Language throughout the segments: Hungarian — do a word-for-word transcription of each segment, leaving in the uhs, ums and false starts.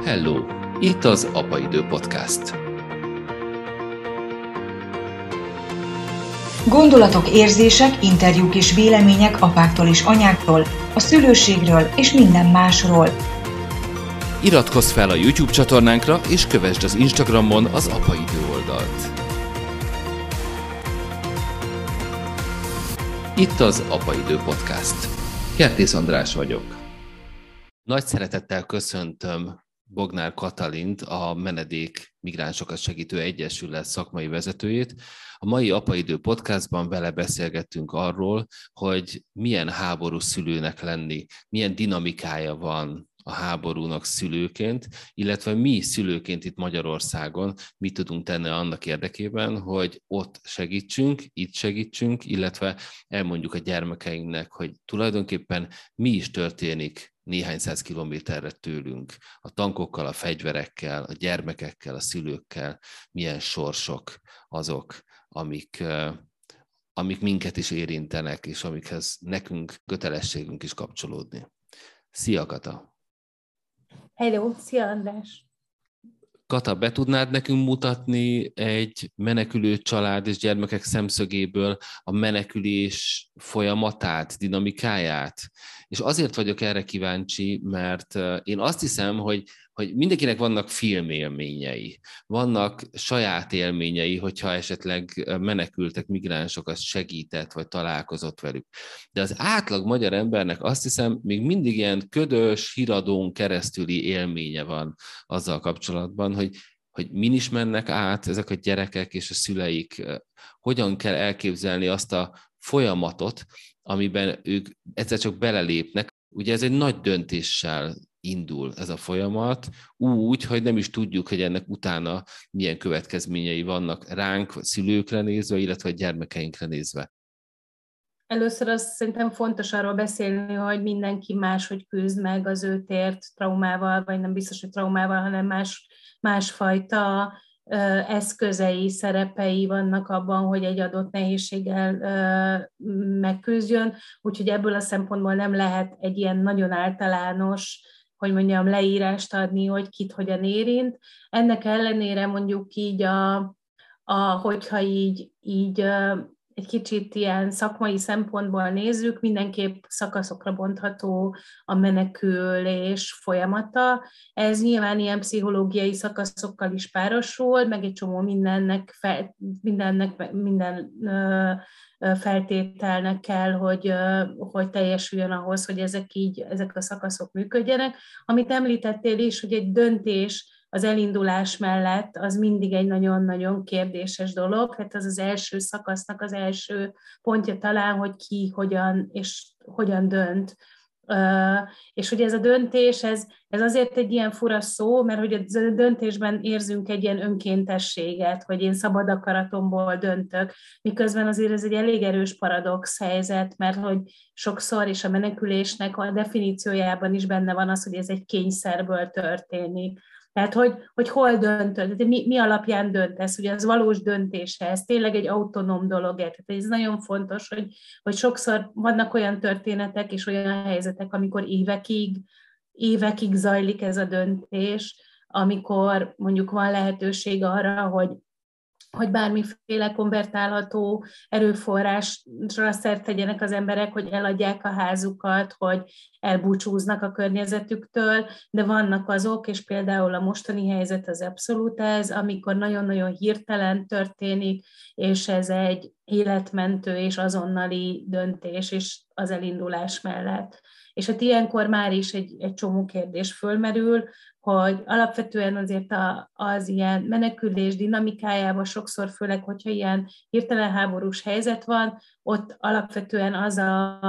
Hello! Itt az Apaidő Podcast. Gondolatok, érzések, interjúk és vélemények apáktól és anyáktól, a szülőségről és minden másról. Iratkozz fel a YouTube csatornánkra, és kövesd az Instagramon az Apaidő oldalt. Itt az Apaidő Podcast. Kertész András vagyok. Nagy szeretettel köszöntöm Bognár Katalint, a Menedék Migránsokat Segítő Egyesület szakmai vezetőjét. A mai Apaidő Podcastban vele beszélgettünk arról, hogy milyen háborús szülőnek lenni, milyen dinamikája van a háborúnak szülőként, illetve mi szülőként itt Magyarországon mit tudunk tenni annak érdekében, hogy ott segítsünk, itt segítsünk, illetve elmondjuk a gyermekeinknek, hogy tulajdonképpen mi is történik néhány száz kilométerre tőlünk, a tankokkal, a fegyverekkel, a gyermekekkel, a szülőkkel, milyen sorsok azok, amik, amik minket is érintenek, és amikhez nekünk kötelességünk is kapcsolódni. Szia, Kata! Hello, szia András! Kata, be tudnád nekünk mutatni egy menekülő család és gyermekek szemszögéből a menekülés folyamatát, dinamikáját? És azért vagyok erre kíváncsi, mert én azt hiszem, hogy, hogy mindenkinek vannak filmélményei, vannak saját élményei, hogyha esetleg menekültek, migránsokat segített, vagy találkozott velük. De az átlag magyar embernek azt hiszem, még mindig ilyen ködös, híradón keresztüli élménye van azzal kapcsolatban, hogy, hogy min is mennek át ezek a gyerekek és a szüleik, hogyan kell elképzelni azt a folyamatot, amiben ők egyszer csak belelépnek. Ugye ez egy nagy döntéssel indul ez a folyamat, úgy, hogy nem is tudjuk, hogy ennek utána milyen következményei vannak ránk, szülőkre nézve, illetve a gyermekeinkre nézve. Először azt szerintem fontos arról beszélni, hogy mindenki máshogy küzd meg az őt ért traumával, vagy nem biztos, hogy traumával, hanem más, másfajta eszközei, szerepei vannak abban, hogy egy adott nehézséggel megküzdjön, úgyhogy ebből a szempontból nem lehet egy ilyen nagyon általános, hogy mondjam, leírást adni, hogy kit hogyan érint. Ennek ellenére mondjuk így, a, a, hogyha így, így egy kicsit ilyen szakmai szempontból nézzük, mindenképp szakaszokra bontható a menekülés folyamata. Ez nyilván ilyen pszichológiai szakaszokkal is párosul, meg egy csomó mindennek, fel, mindennek minden feltételnek kell, hogy, hogy teljesüljön ahhoz, hogy ezek így, ezek a szakaszok működjenek. Amit említettél is, hogy egy döntés az elindulás mellett az mindig egy nagyon-nagyon kérdéses dolog. Hát az az első szakasznak az első pontja talán, hogy ki, hogyan és hogyan dönt. Uh, és hogy ez a döntés, ez, ez azért egy ilyen fura szó, mert hogy a döntésben érzünk egy ilyen önkéntességet, hogy én szabad akaratomból döntök, miközben azért ez egy elég erős paradox helyzet, mert hogy sokszor, és a menekülésnek a definíciójában is benne van az, hogy ez egy kényszerből történik. Tehát, hogy, hogy hol döntöd, mi, mi alapján döntesz, ugye ez valós döntése, ez tényleg egy autonóm dolog. Tehát ez nagyon fontos, hogy, hogy sokszor vannak olyan történetek és olyan helyzetek, amikor évekig, évekig zajlik ez a döntés, amikor mondjuk van lehetőség arra, hogy hogy bármiféle konvertálható erőforrásra szert tegyenek az emberek, hogy eladják a házukat, hogy elbúcsúznak a környezetüktől, de vannak azok, és például a mostani helyzet az abszolút ez, amikor nagyon-nagyon hirtelen történik, és ez egy életmentő és azonnali döntés is az elindulás mellett. És hát ilyenkor már is egy, egy csomó kérdés fölmerül, hogy alapvetően azért a, az ilyen menekülés dinamikájában sokszor, főleg, hogyha ilyen hirtelen háborús helyzet van, ott alapvetően az a,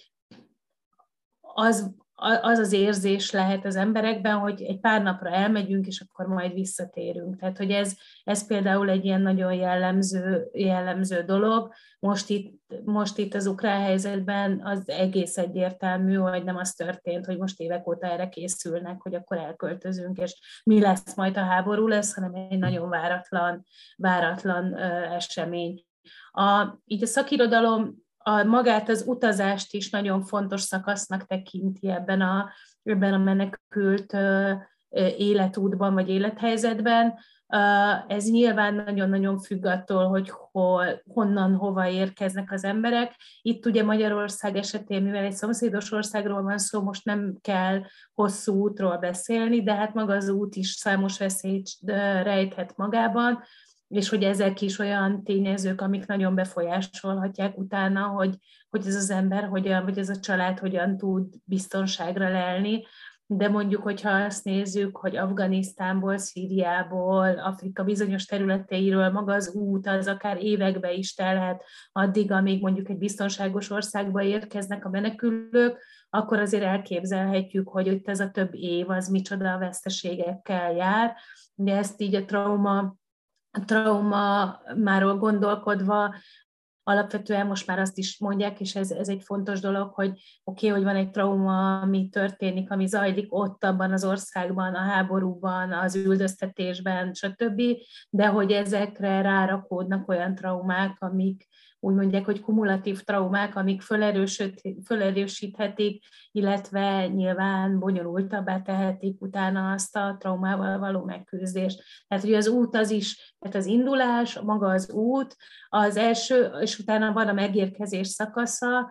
az, az az érzés lehet az emberekben, hogy egy pár napra elmegyünk, és akkor majd visszatérünk. Tehát, hogy ez, ez például egy ilyen nagyon jellemző, jellemző dolog. Most itt, most itt az ukrán helyzetben az egész egyértelmű, hogy nem az történt, hogy most évek óta erre készülnek, hogy akkor elköltözünk, és mi lesz majd, a háború lesz, hanem egy nagyon váratlan, váratlan uh, esemény. A, így a szakirodalom a magát az utazást is nagyon fontos szakasznak tekinti ebben a, ebben a menekült életútban vagy élethelyzetben. Ez nyilván nagyon-nagyon függ attól, hogy hol, honnan, hova érkeznek az emberek. Itt ugye Magyarország esetén, mivel egy szomszédos országról van szó, most nem kell hosszú útról beszélni, de hát maga az út is számos veszélyt rejthet magában, és hogy ezek is olyan tényezők, amik nagyon befolyásolhatják utána, hogy, hogy ez az ember hogyan, vagy ez a család hogyan tud biztonságra lelni. De mondjuk, hogyha azt nézzük, hogy Afganisztánból, Szíriából, Afrika bizonyos területeiről maga az út, az akár évekbe is telhet addig, amíg mondjuk egy biztonságos országba érkeznek a menekülők, akkor azért elképzelhetjük, hogy itt ez a több év az micsoda veszteségekkel jár. De ezt így a trauma, a traumáról gondolkodva, alapvetően most már azt is mondják, és ez, ez egy fontos dolog, hogy oké, okay, hogy van egy trauma, ami történik, ami zajlik ott abban az országban, a háborúban, az üldöztetésben, stb., de hogy ezekre rárakódnak olyan traumák, amik úgy mondják, hogy kumulatív traumák, amik felerősíthetik, illetve nyilván bonyolultabbá tehetik utána azt a traumával való megküzdést. Tehát, hogy az út az is, tehát az indulás, maga az út, az első, és utána van a megérkezés szakasza,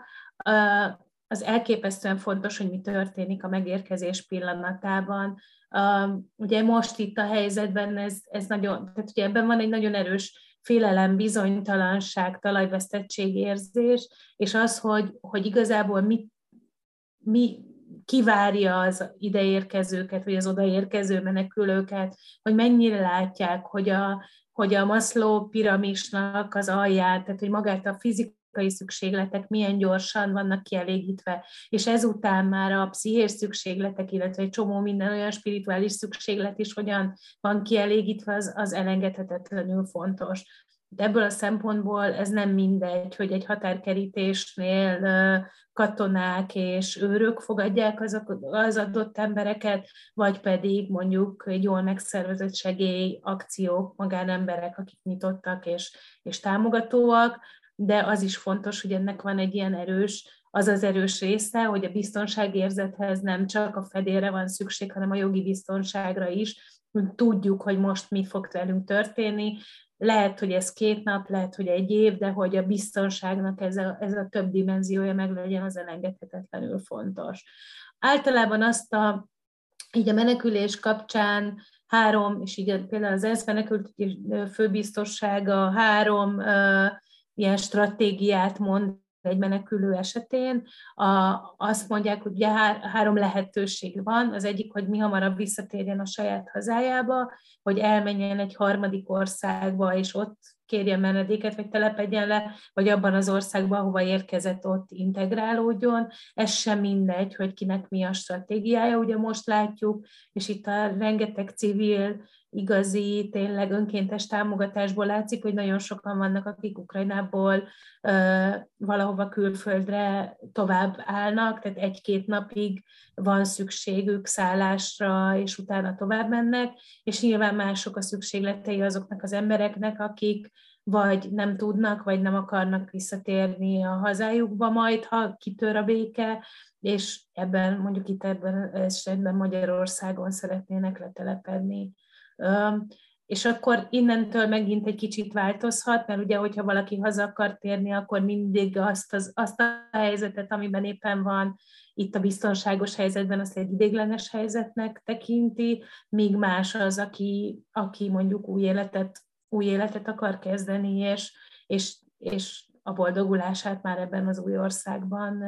az elképesztően fontos, hogy mi történik a megérkezés pillanatában. Ugye most itt a helyzetben ez, ez nagyon, tehát ugye ebben van egy nagyon erős félelem, bizonytalanság, talajvesztettség érzés, és az, hogy, hogy igazából mi, mi kivárja az ideérkezőket, vagy az odaérkező menekülőket, hogy mennyire látják, hogy a, hogy a Maslow piramisnak az alján, tehát hogy magát a fizikai szükségletek milyen gyorsan vannak kielégítve, és ezután már a pszichés szükségletek, illetve egy csomó minden olyan spirituális szükséglet is hogyan van kielégítve, az, az elengedhetetlenül fontos. De ebből a szempontból ez nem mindegy, hogy egy határkerítésnél katonák és őrök fogadják azok, az adott embereket, vagy pedig mondjuk egy jól megszervezett segélyakciók, magánemberek, akik nyitottak és, és támogatóak, de az is fontos, hogy ennek van egy ilyen erős, az az erős része, hogy a biztonságérzethez nem csak a fedélre van szükség, hanem a jogi biztonságra is. Tudjuk, hogy most mi fog velünk történni. Lehet, hogy ez két nap, lehet, hogy egy év, de hogy a biztonságnak ez a, ez a több dimenziója meg legyen, az elengedhetetlenül fontos. Általában azt a, így a menekülés kapcsán három, és így például az ENSZ menekültügyi főbiztossága három uh, ilyen stratégiát mond egy menekülő esetén. A, azt mondják, hogy ugye há, három lehetőség van. Az egyik, hogy mi hamarabb visszatérjen a saját hazájába, hogy elmenjen egy harmadik országba, és ott kérjen menedéket, vagy telepedjen le, vagy abban az országban, ahova érkezett, ott integrálódjon. Ez sem mindegy, hogy kinek mi a stratégiája. Ugye most látjuk, és itt a rengeteg civil, igazi, tényleg önkéntes támogatásból látszik, hogy nagyon sokan vannak, akik Ukrajnából uh, valahova külföldre tovább állnak, tehát egy-két napig van szükségük szállásra, és utána tovább mennek, és nyilván mások a szükségletei azoknak az embereknek, akik vagy nem tudnak, vagy nem akarnak visszatérni a hazájukba majd, ha kitör a béke, és ebben, mondjuk itt ebben esetben Magyarországon szeretnének letelepedni. És akkor innentől megint egy kicsit változhat, mert ugye, hogyha valaki haza akar térni, akkor mindig azt, az, azt a helyzetet, amiben éppen van, itt a biztonságos helyzetben azt egy ideiglenes helyzetnek tekinti, míg más az, aki, aki mondjuk új életet, új életet akar kezdeni, és, és, és a boldogulását már ebben az új országban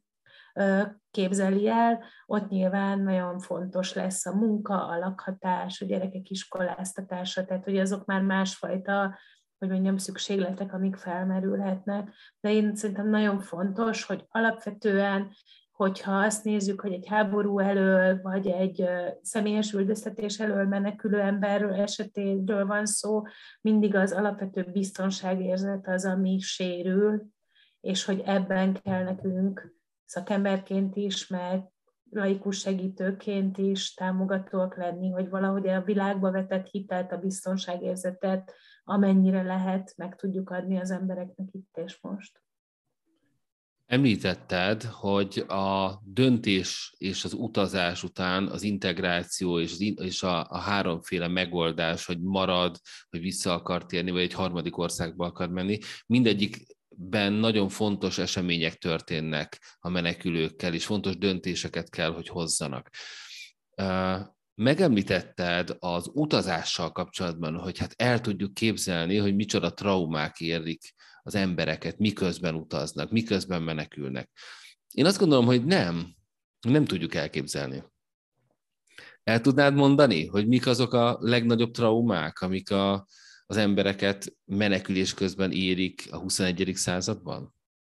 képzeli el, ott nyilván nagyon fontos lesz a munka, a lakhatás, a gyerekek iskoláztatása, tehát hogy azok már másfajta, hogy mondjam, szükségletek, amik felmerülhetnek. De én szerintem nagyon fontos, hogy alapvetően, hogyha azt nézzük, hogy egy háború elől, vagy egy személyes üldöztetés elől menekülő emberről esetéről van szó, mindig az alapvető biztonságérzet az, ami sérül, és hogy ebben kell nekünk szakemberként is, meg laikus segítőként is támogatóak lenni, hogy valahogy a világba vetett hitelt, a biztonságérzetet, amennyire lehet, meg tudjuk adni az embereknek itt és most. Említetted, hogy a döntés és az utazás után az integráció és, az in- és a, a háromféle megoldás, hogy marad, hogy vissza akar térni, vagy egy harmadik országba akar menni, mindegyikben nagyon fontos események történnek a menekülőkkel, és fontos döntéseket kell, hogy hozzanak. Megemlítetted az utazással kapcsolatban, hogy hát el tudjuk képzelni, hogy micsoda traumák érik az embereket, miközben utaznak, miközben menekülnek. Én azt gondolom, hogy nem, nem tudjuk elképzelni. El tudnád mondani, hogy mik azok a legnagyobb traumák, amik a, az embereket menekülés közben érik a huszonegyedik században?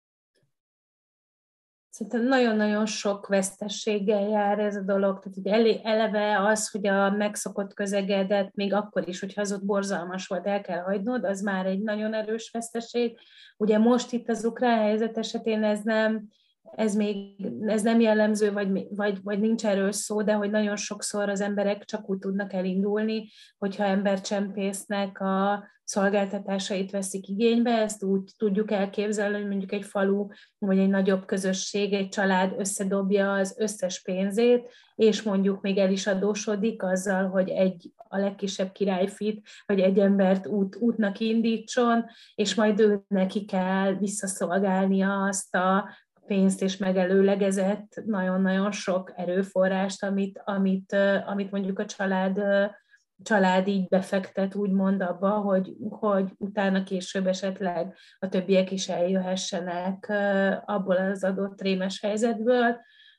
Szerintem nagyon-nagyon sok vesztességgel jár ez a dolog. Tehát ugye eleve az, hogy a megszokott közegedet, még akkor is, hogyha az ott borzalmas volt, el kell hagynod, az már egy nagyon erős veszteség. Ugye most itt az ukrán helyzet esetén ez nem, ez még ez nem jellemző, vagy, vagy, vagy nincs erről szó, de hogy nagyon sokszor az emberek csak úgy tudnak elindulni, hogyha embercsempésznek a szolgáltatásait veszik igénybe, ezt úgy tudjuk elképzelni, hogy mondjuk egy falu, vagy egy nagyobb közösség, egy család összedobja az összes pénzét, és mondjuk még el is adósodik azzal, hogy egy a legkisebb királyfit, vagy egy embert út, útnak indítson, és majd ő neki kell visszaszolgálnia azt a pénzt és megelőlegezett nagyon-nagyon sok erőforrást, amit, amit, amit mondjuk a család, család így befektet, úgymond abba, hogy, hogy utána később esetleg a többiek is eljöhessenek abból az adott rémes helyzetből.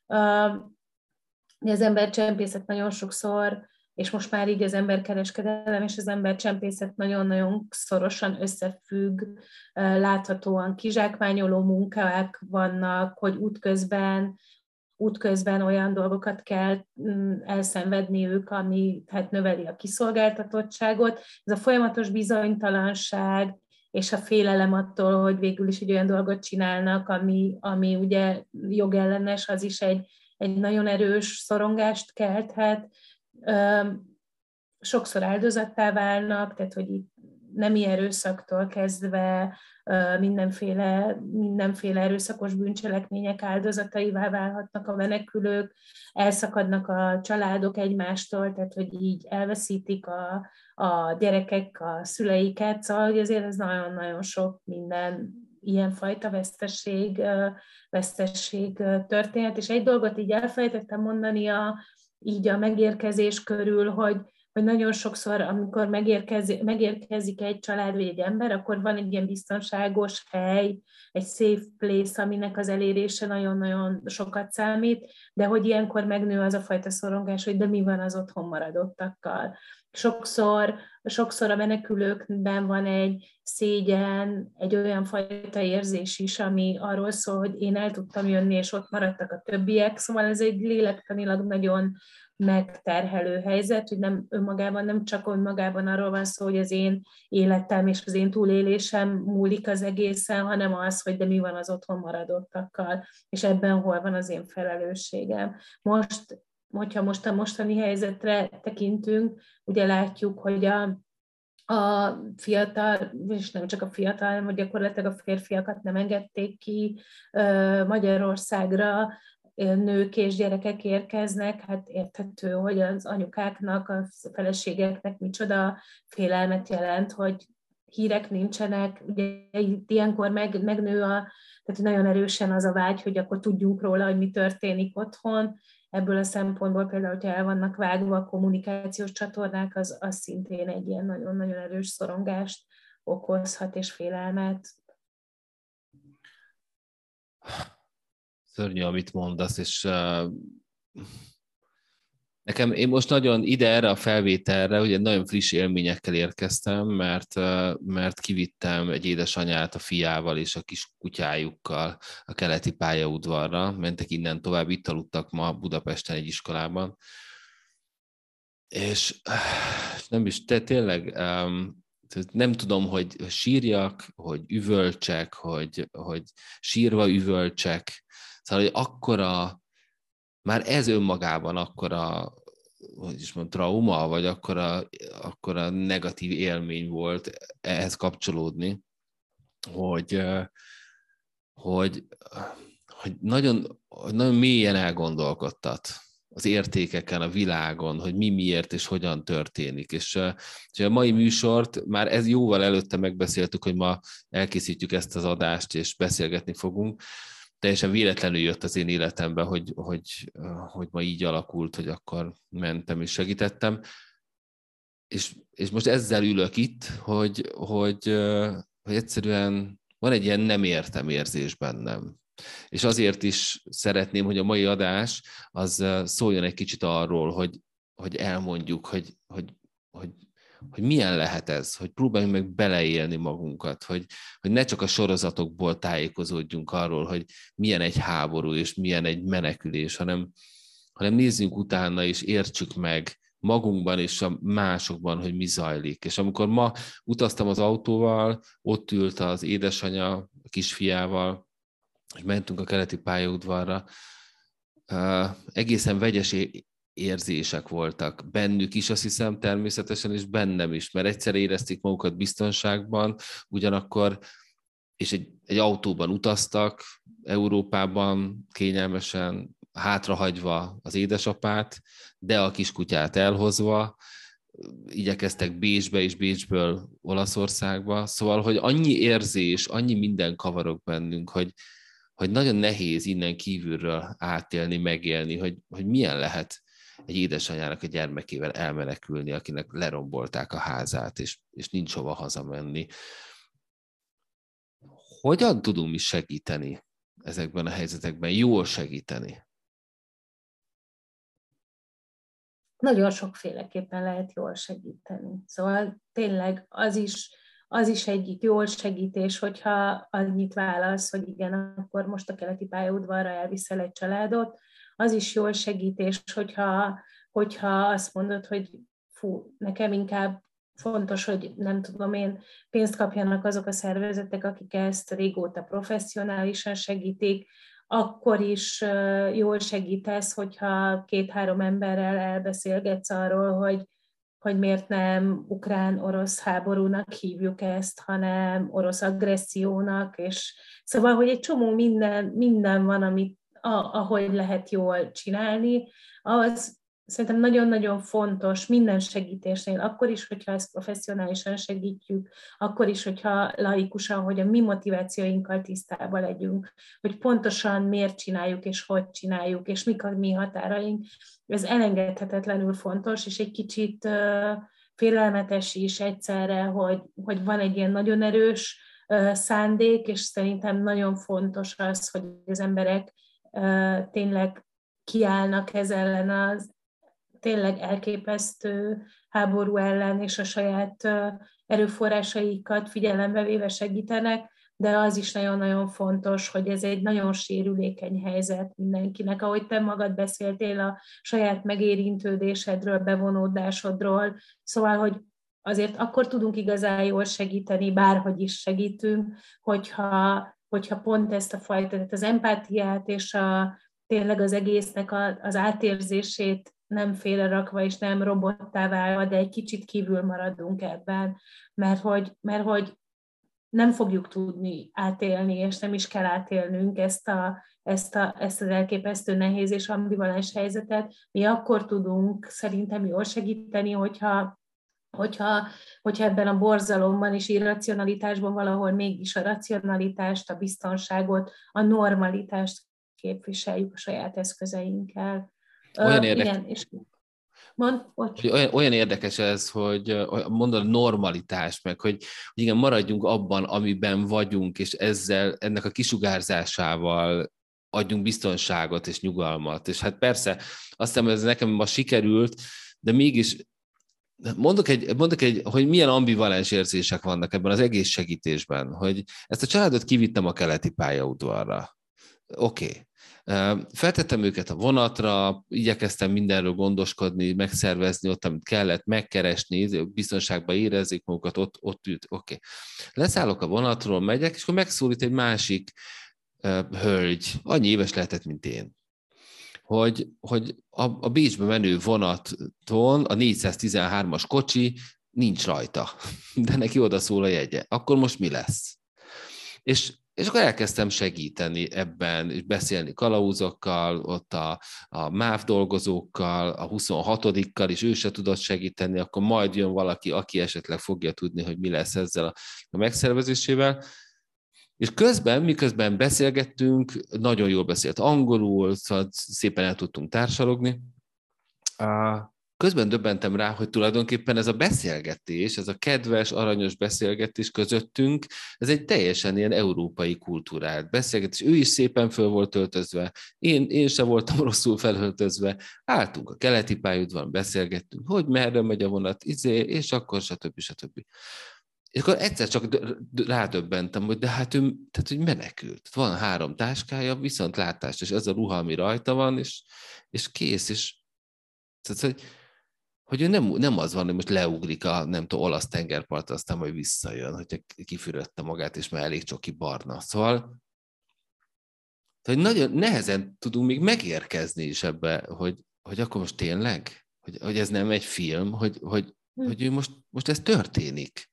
Az embercsempészet nagyon sokszor, és most már így az emberkereskedelem és az embercsempészet nagyon-nagyon szorosan összefügg, láthatóan kizsákmányoló munkák vannak, hogy útközben, útközben olyan dolgokat kell elszenvedniük, ami hát növeli a kiszolgáltatottságot. Ez a folyamatos bizonytalanság, és a félelem attól, hogy végül is egy olyan dolgot csinálnak, ami, ami ugye jogellenes, az is egy, egy nagyon erős szorongást kelthet. Sokszor áldozattá válnak, tehát hogy itt nemi erőszaktól kezdve mindenféle, mindenféle erőszakos bűncselekmények áldozataivá válhatnak a menekülők, elszakadnak a családok egymástól, tehát hogy így elveszítik a, a gyerekek a szüleiket, szóval hogy azért ez nagyon-nagyon sok minden ilyenfajta vesztesség, vesztesség történet. És egy dolgot így elfelejtettem mondani a, így a megérkezés körül, hogy hogy nagyon sokszor, amikor megérkezik, megérkezik egy család vagy egy ember, akkor van egy ilyen biztonságos hely, egy safe place, aminek az elérése nagyon-nagyon sokat számít, de hogy ilyenkor megnő az a fajta szorongás, hogy de mi van az otthon maradottakkal. Sokszor, sokszor a menekülőkben van egy szégyen, egy olyan fajta érzés is, ami arról szól, hogy én el tudtam jönni, és ott maradtak a többiek, szóval ez egy lélektanilag nagyon megterhelő helyzet, hogy nem önmagában, nem csak önmagában arról van szó, hogy az én életem és az én túlélésem múlik az egészen, hanem az, hogy de mi van az otthon maradottakkal, és ebben hol van az én felelősségem. Most, hogyha most a mostani helyzetre tekintünk, ugye látjuk, hogy a a fiatal, és nem csak a fiatal, hanem gyakorlatilag a férfiakat nem engedték ki Magyarországra, nők és gyerekek érkeznek, hát érthető, hogy az anyukáknak, a feleségeknek micsoda félelmet jelent, hogy hírek nincsenek, ugye ilyenkor meg, megnő a, tehát nagyon erősen az a vágy, hogy akkor tudjunk róla, hogy mi történik otthon. Ebből a szempontból például, hogyha el vannak vágva a kommunikációs csatornák, az, az szintén egy ilyen nagyon-nagyon erős szorongást okozhat és félelmet. Szörnyű, amit mondasz, és uh, nekem, én most nagyon ide erre a felvételre, ugye nagyon friss élményekkel érkeztem, mert, uh, mert kivittem egy édesanyát a fiával és a kis kutyájukkal a keleti pályaudvarra, mentek innen tovább, itt aludtak ma Budapesten egy iskolában, és uh, nem is, te tényleg um, nem tudom, hogy sírjak, hogy üvölcsek, hogy, hogy sírva üvölcsek. Szóval, hogy akkora, már ez önmagában akkora, hogy is mondjam, trauma, vagy akkora, akkora negatív élmény volt ehhez kapcsolódni, hogy, hogy, hogy nagyon, nagyon mélyen elgondolkodtat az értékeken, a világon, hogy mi miért és hogyan történik. És, és a mai műsort már ez jóval előtte megbeszéltük, hogy ma elkészítjük ezt az adást, és beszélgetni fogunk. Teljesen véletlenül jött az én életembe, hogy, hogy, hogy ma így alakult, hogy akkor mentem és segítettem. És, és most ezzel ülök itt, hogy, hogy, hogy egyszerűen van egy ilyen nem értem érzés bennem. És azért is szeretném, hogy a mai adás az szóljon egy kicsit arról, hogy, hogy elmondjuk, hogy, hogy, hogy, hogy milyen lehet ez, hogy próbáljunk meg beleélni magunkat, hogy, hogy ne csak a sorozatokból tájékozódjunk arról, hogy milyen egy háború és milyen egy menekülés, hanem, hanem nézzünk utána és értsük meg magunkban és a másokban, hogy mi zajlik. És amikor ma utaztam az autóval, ott ült az édesanyja a kisfiával, és mentünk a keleti pályaudvarra, uh, egészen vegyes érzések voltak bennük is, azt hiszem természetesen, és bennem is, mert egyszer érezték magukat biztonságban, ugyanakkor, és egy, egy autóban utaztak, Európában kényelmesen, hátrahagyva az édesapát, de a kiskutyát elhozva, igyekeztek Bécsbe és Bécsből Olaszországba, szóval, hogy annyi érzés, annyi minden kavarok bennünk, hogy, hogy nagyon nehéz innen kívülről átélni, megélni, hogy, hogy milyen lehet egy édesanyának a gyermekével elmenekülni, akinek lerombolták a házát, és, és nincs hova hazamenni. Hogyan tudunk mi segíteni ezekben a helyzetekben, jól segíteni? Nagyon sokféleképpen lehet jól segíteni. Szóval tényleg az is, az is egyik jól segítés, hogyha annyit válasz, hogy igen, akkor most a keleti pályaudvarra elviszel egy családot, az is jól segítés, hogyha, hogyha azt mondod, hogy fú, nekem inkább fontos, hogy nem tudom én, pénzt kapjanak azok a szervezetek, akik ezt régóta professzionálisan segítik, akkor is jól segítesz, hogyha két-három emberrel elbeszélgetsz arról, hogy, hogy miért nem ukrán-orosz háborúnak hívjuk ezt, hanem orosz agressziónak, és szóval, hogy egy csomó minden, minden van, amit, ahogy lehet jól csinálni, az szerintem nagyon-nagyon fontos minden segítésnél, akkor is, hogyha ezt professzionálisan segítjük, akkor is, hogyha laikusan, hogy a mi motivációinkkal tisztában legyünk, hogy pontosan miért csináljuk, és hogy csináljuk, és mik a mi határaink. Ez elengedhetetlenül fontos, és egy kicsit uh, félelmetes is egyszerre, hogy, hogy van egy ilyen nagyon erős uh, szándék, és szerintem nagyon fontos az, hogy az emberek uh, tényleg kiállnak ez ellen az tényleg elképesztő háború ellen, és a saját erőforrásaikat figyelembe véve segítenek, de az is nagyon-nagyon fontos, hogy ez egy nagyon sérülékeny helyzet mindenkinek. Ahogy te magad beszéltél a saját megérintődésedről, bevonódásodról, szóval, hogy azért akkor tudunk igazán jól segíteni, bárhogy is segítünk, hogyha, hogyha pont ezt a fajta, az empátiát és a, tényleg az egésznek a, az átérzését nem félrerakva és nem robottá válva, de egy kicsit kívül maradunk ebben, mert hogy, mert hogy nem fogjuk tudni átélni, és nem is kell átélnünk ezt, a, ezt, a, ezt az elképesztő nehéz és ambivalens helyzetet. Mi akkor tudunk szerintem jól segíteni, hogyha, hogyha, hogyha ebben a borzalomban és irracionalitásban valahol mégis a racionalitást, a biztonságot, a normalitást képviseljük a saját eszközeinkkel. Olyan, uh, érdek... igen, és mond, olyan, olyan érdekes ez, hogy mondod normalitás, meg hogy, hogy igen, maradjunk abban, amiben vagyunk, és ezzel, ennek a kisugárzásával adjunk biztonságot és nyugalmat. És hát persze, azt hiszem, ez nekem ma sikerült, de mégis mondok egy, mondok egy, hogy milyen ambivalens érzések vannak ebben az egész segítésben, hogy ezt a családot kivittem a keleti pályaudvarra. Oké. Okay. Feltettem őket a vonatra, igyekeztem mindenről gondoskodni, megszervezni ott, amit kellett, megkeresni, biztonságban érezzék magukat, ott, ott ült. Oké. Okay. Leszállok a vonatról, megyek, és akkor megszólít egy másik uh, hölgy, annyi éves lehetett, mint én, hogy, hogy a, a Bécsbe menő vonaton a négyszáztizenhármas kocsi nincs rajta, de neki oda szól a jegye. Akkor most mi lesz? És És akkor elkezdtem segíteni ebben, és beszélni kalauzokkal, ott a, a MÁV dolgozókkal, a huszonhatodikkal is ő se tudott segíteni, akkor majd jön valaki, aki esetleg fogja tudni, hogy mi lesz ezzel a, a megszervezésével. És közben, miközben beszélgettünk, nagyon jól beszélt angolul, szóval szépen el tudtunk társalogni. Közben döbbentem rá, hogy tulajdonképpen ez a beszélgetés, ez a kedves, aranyos beszélgetés közöttünk, ez egy teljesen ilyen európai kultúrált beszélgetés. Ő is szépen föl volt öltözve, én, én sem voltam rosszul felöltözve, álltunk a keleti pályaudvaron, beszélgettünk, hogy merre megy a vonat, izé, és akkor stb. stb. És akkor egyszer csak rádöbbentem, hogy de hát ő, tehát, hogy menekült. Van három táskája, viszont látást, és ez a ruha, ami rajta van, és, és kész, és tehát, hogy, hogy ő nem, nem az van, hogy most leugrik a, nem tudom, olasz tengerpartra, aztán majd visszajön, hogyha kifürödte magát, és már elég csoki barna. Szóval hogy nagyon nehezen tudunk még megérkezni is ebbe, hogy, hogy akkor most tényleg, hogy, hogy ez nem egy film, hogy, hogy, hm. hogy ő most, most ez történik.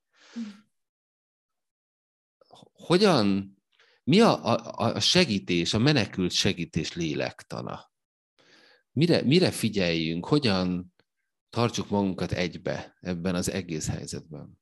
Hogyan, mi a, a, a segítés, a menekült segítés lélektana? Mire, mire figyeljünk, hogyan tartsuk magunkat egybe ebben az egész helyzetben?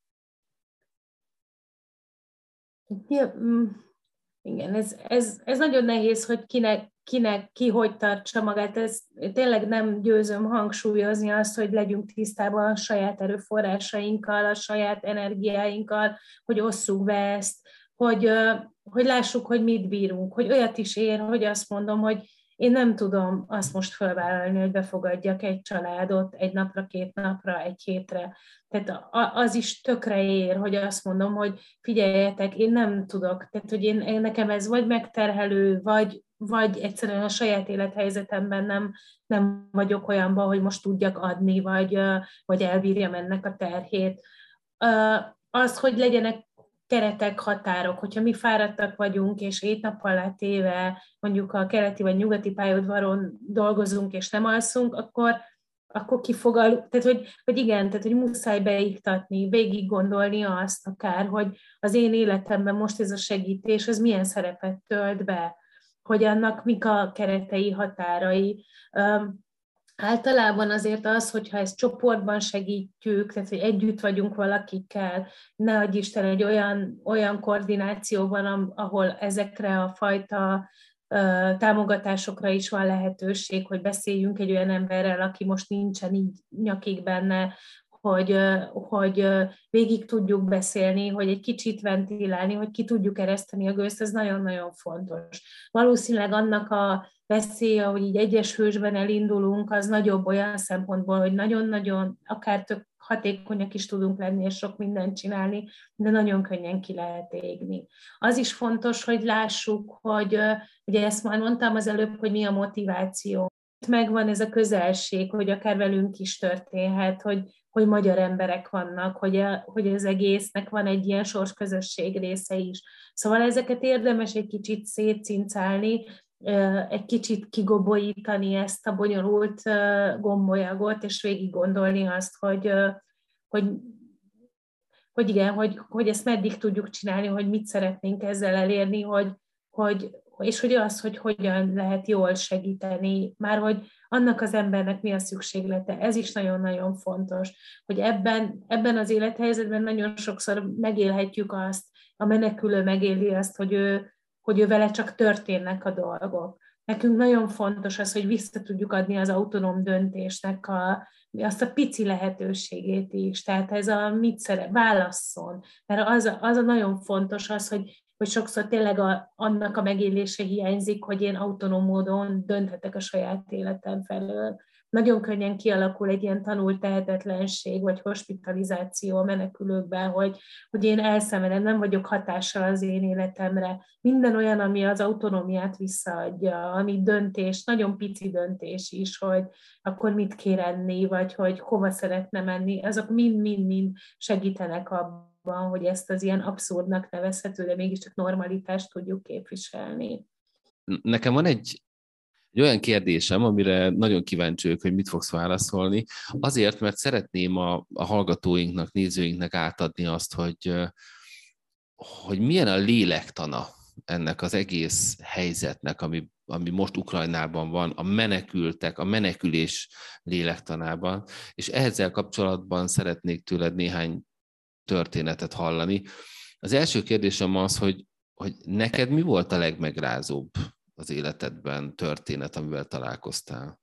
Ja, igen, ez, ez, ez nagyon nehéz, hogy kinek, kinek ki hogy tartsa magát. Ez, tényleg nem győzöm hangsúlyozni azt, hogy legyünk tisztában a saját erőforrásainkkal, a saját energiáinkkal, hogy osszuk be ezt, hogy, hogy lássuk, hogy mit bírunk, hogy olyat is ér, hogy azt mondom, hogy én nem tudom azt most felvállalni, hogy befogadjak egy családot egy napra, két napra, egy hétre. Tehát az is tökre ér, hogy azt mondom, hogy figyeljetek, én nem tudok. Tehát, hogy én, én nekem ez vagy megterhelő, vagy, vagy egyszerűen a saját élethelyzetemben nem, nem vagyok olyanban, hogy most tudjak adni, vagy, vagy elbírjam ennek a terhét. Az, hogy legyenek keretek, határok, hogyha mi fáradtak vagyunk, és hét nap alá téve mondjuk a keleti vagy nyugati pályaudvaron dolgozunk, és nem alszunk, akkor, akkor kifogal, tehát hogy, hogy igen, tehát hogy muszáj beiktatni, végig gondolni azt akár, hogy az én életemben most ez a segítés, ez milyen szerepet tölt be, hogy annak mik a keretei, határai. Általában azért az, hogyha ezt csoportban segítjük, tehát hogy együtt vagyunk valakikkel, ne adj Isten egy olyan, olyan koordinációban, ahol ezekre a fajta uh, támogatásokra is van lehetőség, hogy beszéljünk egy olyan emberrel, aki most nincsen így nyakig benne, hogy, uh, hogy uh, végig tudjuk beszélni, hogy egy kicsit ventilálni, hogy ki tudjuk ereszteni a gőzt, ez nagyon-nagyon fontos. Valószínűleg annak a veszélye, hogy így egyes hősben elindulunk, az nagyobb olyan szempontból, hogy nagyon-nagyon, akár tök hatékonyak is tudunk lenni, és sok mindent csinálni, de nagyon könnyen ki lehet égni. Az is fontos, hogy lássuk, hogy ugye ezt már mondtam az előbb, hogy mi a motiváció. Megvan ez a közelség, hogy akár velünk is történhet, hogy, hogy magyar emberek vannak, hogy, a, hogy az egésznek van egy ilyen sorsközösség része is. Szóval ezeket érdemes egy kicsit szétcincálni, egy kicsit kigobolítani ezt a bonyolult gombolyagot, és végig gondolni azt, hogy, hogy, hogy igen, hogy, hogy ezt meddig tudjuk csinálni, hogy mit szeretnénk ezzel elérni, hogy, hogy, és hogy az, hogy hogyan lehet jól segíteni, már hogy annak az embernek mi a szükséglete. Ez is nagyon-nagyon fontos, hogy ebben, ebben az élethelyzetben nagyon sokszor megélhetjük azt, a menekülő megéli azt, hogy ő hogy ő vele csak történnek a dolgok. Nekünk nagyon fontos az, hogy vissza tudjuk adni az autonóm döntésnek a, azt a pici lehetőségét is. Tehát ez a mit szeret, válasszon. Mert az a, az a nagyon fontos az, hogy, hogy sokszor tényleg a, annak a megélése hiányzik, hogy én autonóm módon dönthetek a saját életem felől. Nagyon könnyen kialakul egy ilyen tanult tehetetlenség, vagy hospitalizáció a menekülőkben, hogy, hogy én elszenvedem, nem vagyok hatással az én életemre. Minden olyan, ami az autonómiát visszaadja, ami döntés, nagyon pici döntés is, hogy akkor mit kér enni, vagy hogy hova szeretne menni, azok mind-mind-mind segítenek abban, hogy ezt az ilyen abszurdnak nevezhető, de mégiscsak normalitást tudjuk képviselni. Nekem van egy Egy olyan kérdésem, amire nagyon kíváncsi vagyok, hogy mit fogsz válaszolni, azért, mert szeretném a, a hallgatóinknak, nézőinknek átadni azt, hogy, hogy milyen a lélektana ennek az egész helyzetnek, ami, ami most Ukrajnában van, a menekültek, a menekülés lélektanában, és ezzel kapcsolatban szeretnék tőled néhány történetet hallani. Az első kérdésem az, hogy, hogy neked mi volt a legmegrázóbb az életedben történet, amivel találkoztál?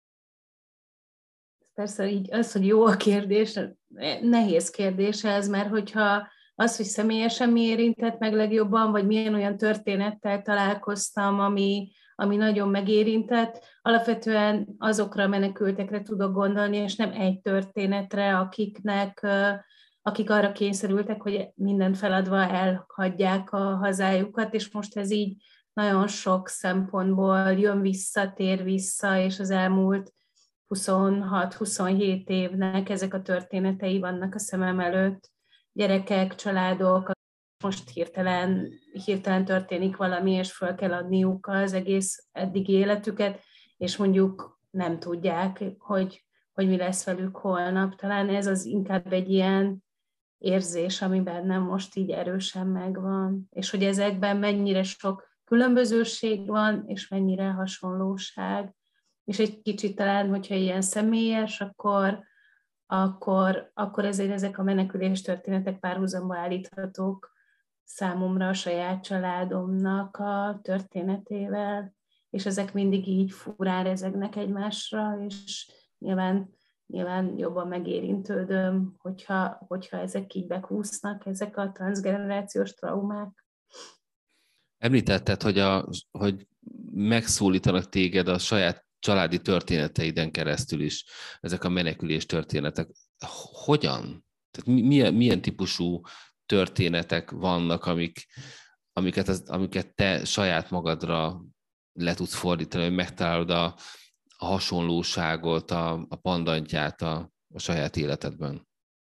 Persze így az, hogy jó a kérdés, nehéz kérdés ez, mert hogyha az, hogy személyesen mi érintett meg legjobban, vagy milyen olyan történettel találkoztam, ami, ami nagyon megérintett, alapvetően azokra a menekültekre tudok gondolni, és nem egy történetre, akiknek, akik arra kényszerültek, hogy mindent feladva elhagyják a hazájukat, és most ez így nagyon sok szempontból jön vissza, tér vissza, és az elmúlt huszonhat-huszonhét évnek ezek a történetei vannak a szemem előtt. Gyerekek, családok, most hirtelen, hirtelen történik valami, és föl kell adniuk az egész eddigi életüket, és mondjuk nem tudják, hogy, hogy mi lesz velük holnap. Talán ez az inkább egy ilyen érzés, ami bennem most így erősen megvan. És hogy ezekben mennyire sok különbözőség van, és mennyire hasonlóság. És egy kicsit talán, hogyha ilyen személyes, akkor, akkor, akkor ezért ezek a menekülés történetek párhuzamba állíthatók számomra a saját családomnak a történetével, és ezek mindig így furán rezegnek egymásra, és nyilván, nyilván jobban megérintődöm, hogyha, hogyha ezek így bekúsznak, ezek a transzgenerációs traumák. Említetted, hogy, a, hogy megszólítanak téged a saját családi történeteiden keresztül is ezek a menekülés történetek. Hogyan? Tehát milyen, milyen típusú történetek vannak, amik, amiket, az, amiket te saját magadra le tudsz fordítani, hogy megtalálod a, a hasonlóságot, a, a pandantját a, a saját életedben?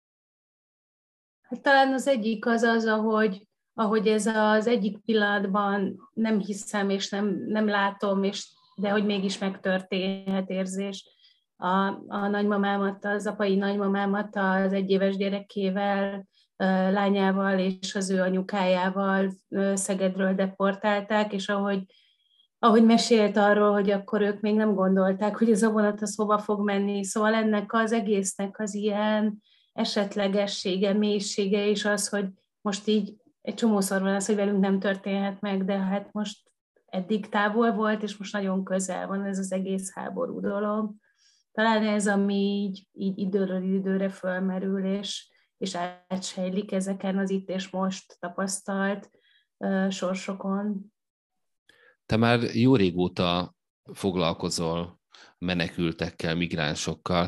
Hát talán az egyik az az, ahogy, ahogy ez az egyik pillanatban nem hiszem, és nem, nem látom, és de hogy mégis megtörténhet érzés. A, a nagymamámat, az apai nagymamámat az egyéves gyerekével, lányával és az ő anyukájával Szegedről deportálták, és ahogy, ahogy mesélt arról, hogy akkor ők még nem gondolták, hogy ez a vonat az hova fog menni. Szóval ennek az egésznek az ilyen esetlegessége, mélysége, és az, hogy most így egy csomószor van az, hogy velünk nem történhet meg, de hát most eddig távol volt, és most nagyon közel van ez az egész háború dolog. Talán ez, ami így, így időről időre fölmerül, és, és átsejlik ezeken az itt és most tapasztalt uh, sorsokon. Te már jó régóta foglalkozol menekültekkel, migránsokkal.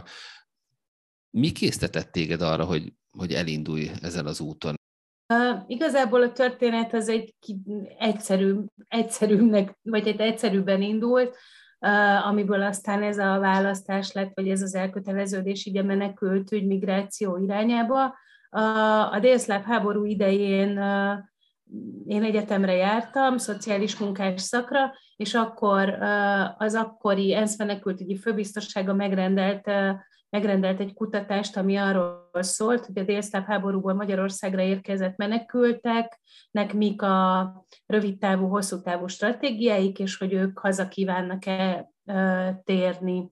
Mi késztetett téged arra, hogy, hogy elindulj ezen az úton? Uh, igazából a történet az egy egyszerű, egyszerűnek, vagy egy egyszerűbben indult, uh, amiből aztán ez a választás lett, vagy ez az elköteleződés így a menekültügy migráció irányába. Uh, a délszláv háború idején uh, én egyetemre jártam, szociális munkás szakra, és akkor uh, az akkori ENSZ menekültügyi főbiztossága megrendelt uh, megrendelt egy kutatást, ami arról szólt, hogy a délszláv háborúból Magyarországra érkezett menekülteknek mik a rövidtávú, hosszútávú stratégiáik, és hogy ők haza kívánnak-e térni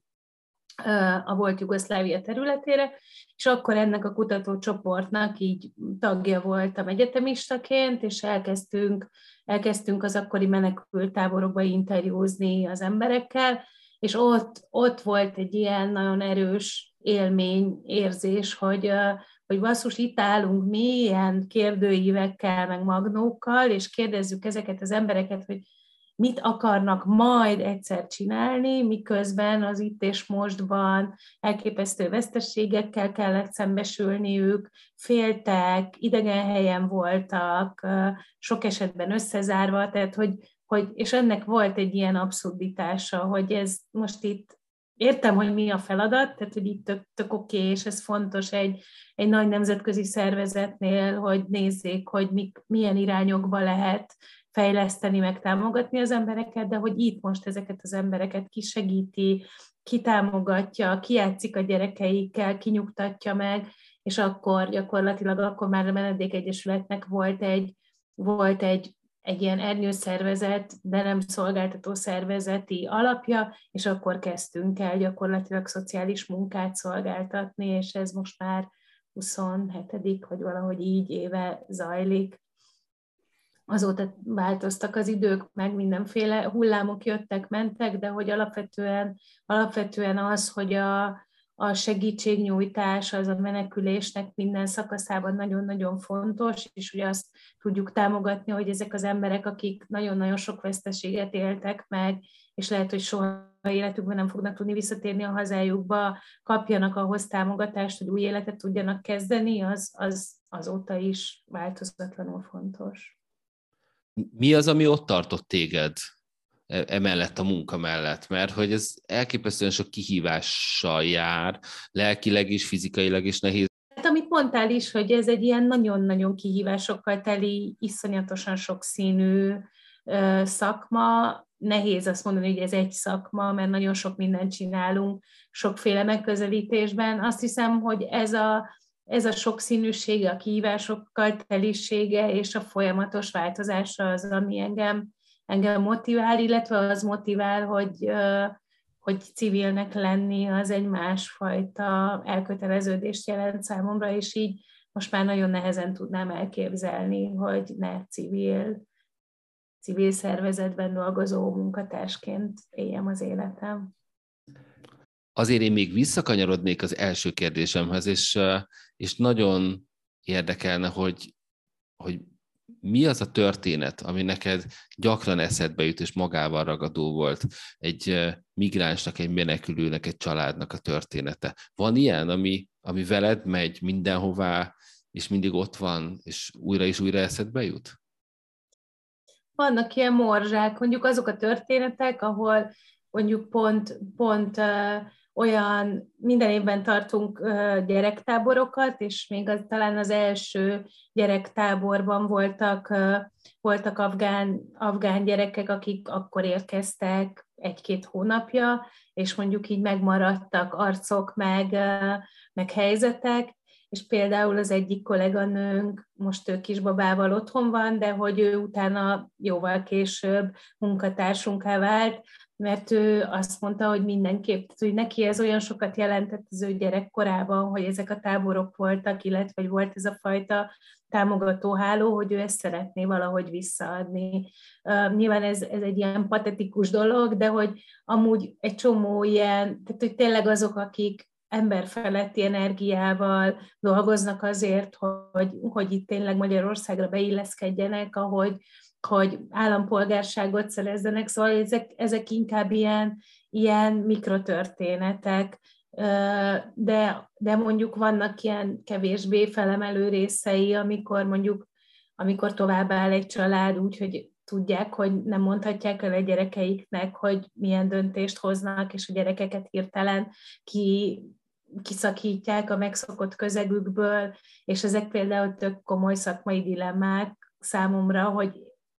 a volt Jugoszlávia területére, és akkor ennek a kutatócsoportnak így tagja voltam egyetemistaként, és elkezdtünk, elkezdtünk az akkori menekülttáborokba interjúzni az emberekkel, és ott, ott volt egy ilyen nagyon erős élmény, érzés, hogy, hogy basszus, itt állunk mi ilyen kérdőívekkel, meg magnókkal, és kérdezzük ezeket az embereket, hogy mit akarnak majd egyszer csinálni, miközben az itt és mostban elképesztő veszteségekkel kellett szembesülniük, féltek, idegen helyen voltak, sok esetben összezárva, tehát hogy Hogy, és ennek volt egy ilyen abszurditása, hogy ez most itt, értem, hogy mi a feladat, tehát hogy itt tök, tök oké, okay, és ez fontos egy, egy nagy nemzetközi szervezetnél, hogy nézzék, hogy mik, milyen irányokba lehet fejleszteni, meg támogatni az embereket, de hogy itt most ezeket az embereket kisegíti, kitámogatja, kijátszik a gyerekeikkel, kinyugtatja meg, és akkor gyakorlatilag akkor már a Menedékegyesületnek volt egy, volt egy egy ilyen ernyőszervezet, de nem szolgáltató szervezeti alapja, és akkor kezdtünk el gyakorlatilag szociális munkát szolgáltatni, és ez most már huszonhetedik vagy valahogy így éve zajlik. Azóta változtak az idők, meg mindenféle hullámok jöttek, mentek, de hogy alapvetően, alapvetően az, hogy a, a segítségnyújtás az a menekülésnek minden szakaszában nagyon-nagyon fontos, és ugye azt tudjuk támogatni, hogy ezek az emberek, akik nagyon-nagyon sok veszteséget éltek meg, és lehet, hogy soha életükben nem fognak tudni visszatérni a hazájukba, kapjanak ahhoz támogatást, hogy új életet tudjanak kezdeni, az, az azóta is változatlanul fontos. Mi az, ami ott tartott téged emellett a munka mellett? Mert hogy ez elképesztően sok kihívással jár, lelkileg is, fizikailag is nehéz. Hát amit mondtál is, hogy ez egy ilyen nagyon-nagyon kihívásokkal teli, iszonyatosan sokszínű szakma. Nehéz azt mondani, hogy ez egy szakma, mert nagyon sok mindent csinálunk, sokféle megközelítésben. Azt hiszem, hogy ez a Ez a sokszínűsége, a kihívásokkal telisége és a folyamatos változása az, ami engem, engem motivál, illetve az motivál, hogy, hogy civilnek lenni az egy másfajta elköteleződést jelent számomra, és így most már nagyon nehezen tudnám elképzelni, hogy ne civil, civil szervezetben dolgozó munkatársként éljem az életem. Azért én még visszakanyarodnék az első kérdésemhez, és, és nagyon érdekelne, hogy, hogy mi az a történet, ami neked gyakran eszedbe jut, és magával ragadó volt egy migránsnak, egy menekülőnek, egy családnak a története. Van ilyen, ami, ami veled megy mindenhová, és mindig ott van, és újra és újra eszedbe jut? Vannak ilyen morzsák, mondjuk azok a történetek, ahol mondjuk pont, pont olyan, minden évben tartunk gyerektáborokat, és még az, talán az első gyerektáborban voltak, voltak afgán, afgán gyerekek, akik akkor érkeztek egy-két hónapja, és mondjuk így megmaradtak arcok, meg, meg helyzetek, és például az egyik kolléganőnk most ő kisbabával otthon van, de hogy ő utána jóval később munkatársunká vált, mert ő azt mondta, hogy mindenképp, hogy neki ez olyan sokat jelentett az ő gyerekkorában, hogy ezek a táborok voltak, illetve hogy volt ez a fajta támogató háló, hogy ő ezt szeretné valahogy visszaadni. Uh, nyilván ez, ez egy ilyen patetikus dolog, de hogy amúgy egy csomó ilyen, tehát hogy tényleg azok, akik emberfeletti energiával dolgoznak azért, hogy, hogy itt tényleg Magyarországra beilleszkedjenek, ahogy hogy állampolgárságot szerezzenek, szóval ezek, ezek inkább ilyen, ilyen mikrotörténetek, de, de mondjuk vannak ilyen kevésbé felemelő részei, amikor mondjuk, amikor továbbáll egy család úgy, hogy tudják, hogy nem mondhatják el a gyerekeiknek, hogy milyen döntést hoznak, és a gyerekeket hirtelen ki, kiszakítják a megszokott közegükből, és ezek például tök komoly szakmai dilemmák számomra, hogy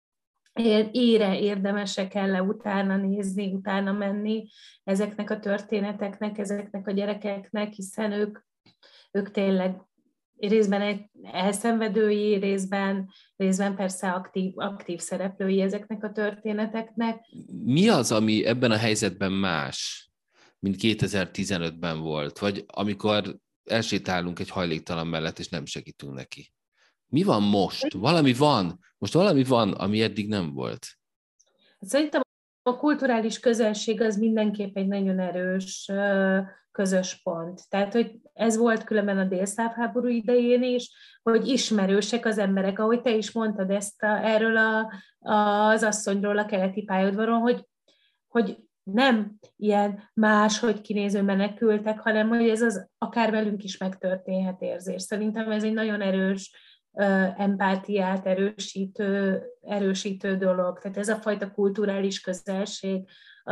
ére érdemesek kell-e utána nézni, utána menni ezeknek a történeteknek, ezeknek a gyerekeknek, hiszen ők, ők tényleg részben egy elszenvedői, részben, részben persze aktív, aktív szereplői ezeknek a történeteknek. Mi az, ami ebben a helyzetben más, mint kétezer-tizenötben volt, vagy amikor elsétálunk egy hajléktalan mellett, és nem segítünk neki? Mi van most? Valami van. Most valami van, ami eddig nem volt. Szerintem a kulturális közelség az mindenképp egy nagyon erős közös pont. Tehát, hogy ez volt különben a délszláv háború idején is, hogy ismerősek az emberek, ahogy te is mondtad ezt a, erről a, az asszonyról a keleti pályaudvaron, hogy, hogy nem ilyen máshogy kinéző menekültek, hanem hogy ez az akár velünk is megtörténhet érzés. Szerintem ez egy nagyon erős empátiát erősítő, erősítő dolog. Tehát ez a fajta kulturális közelség.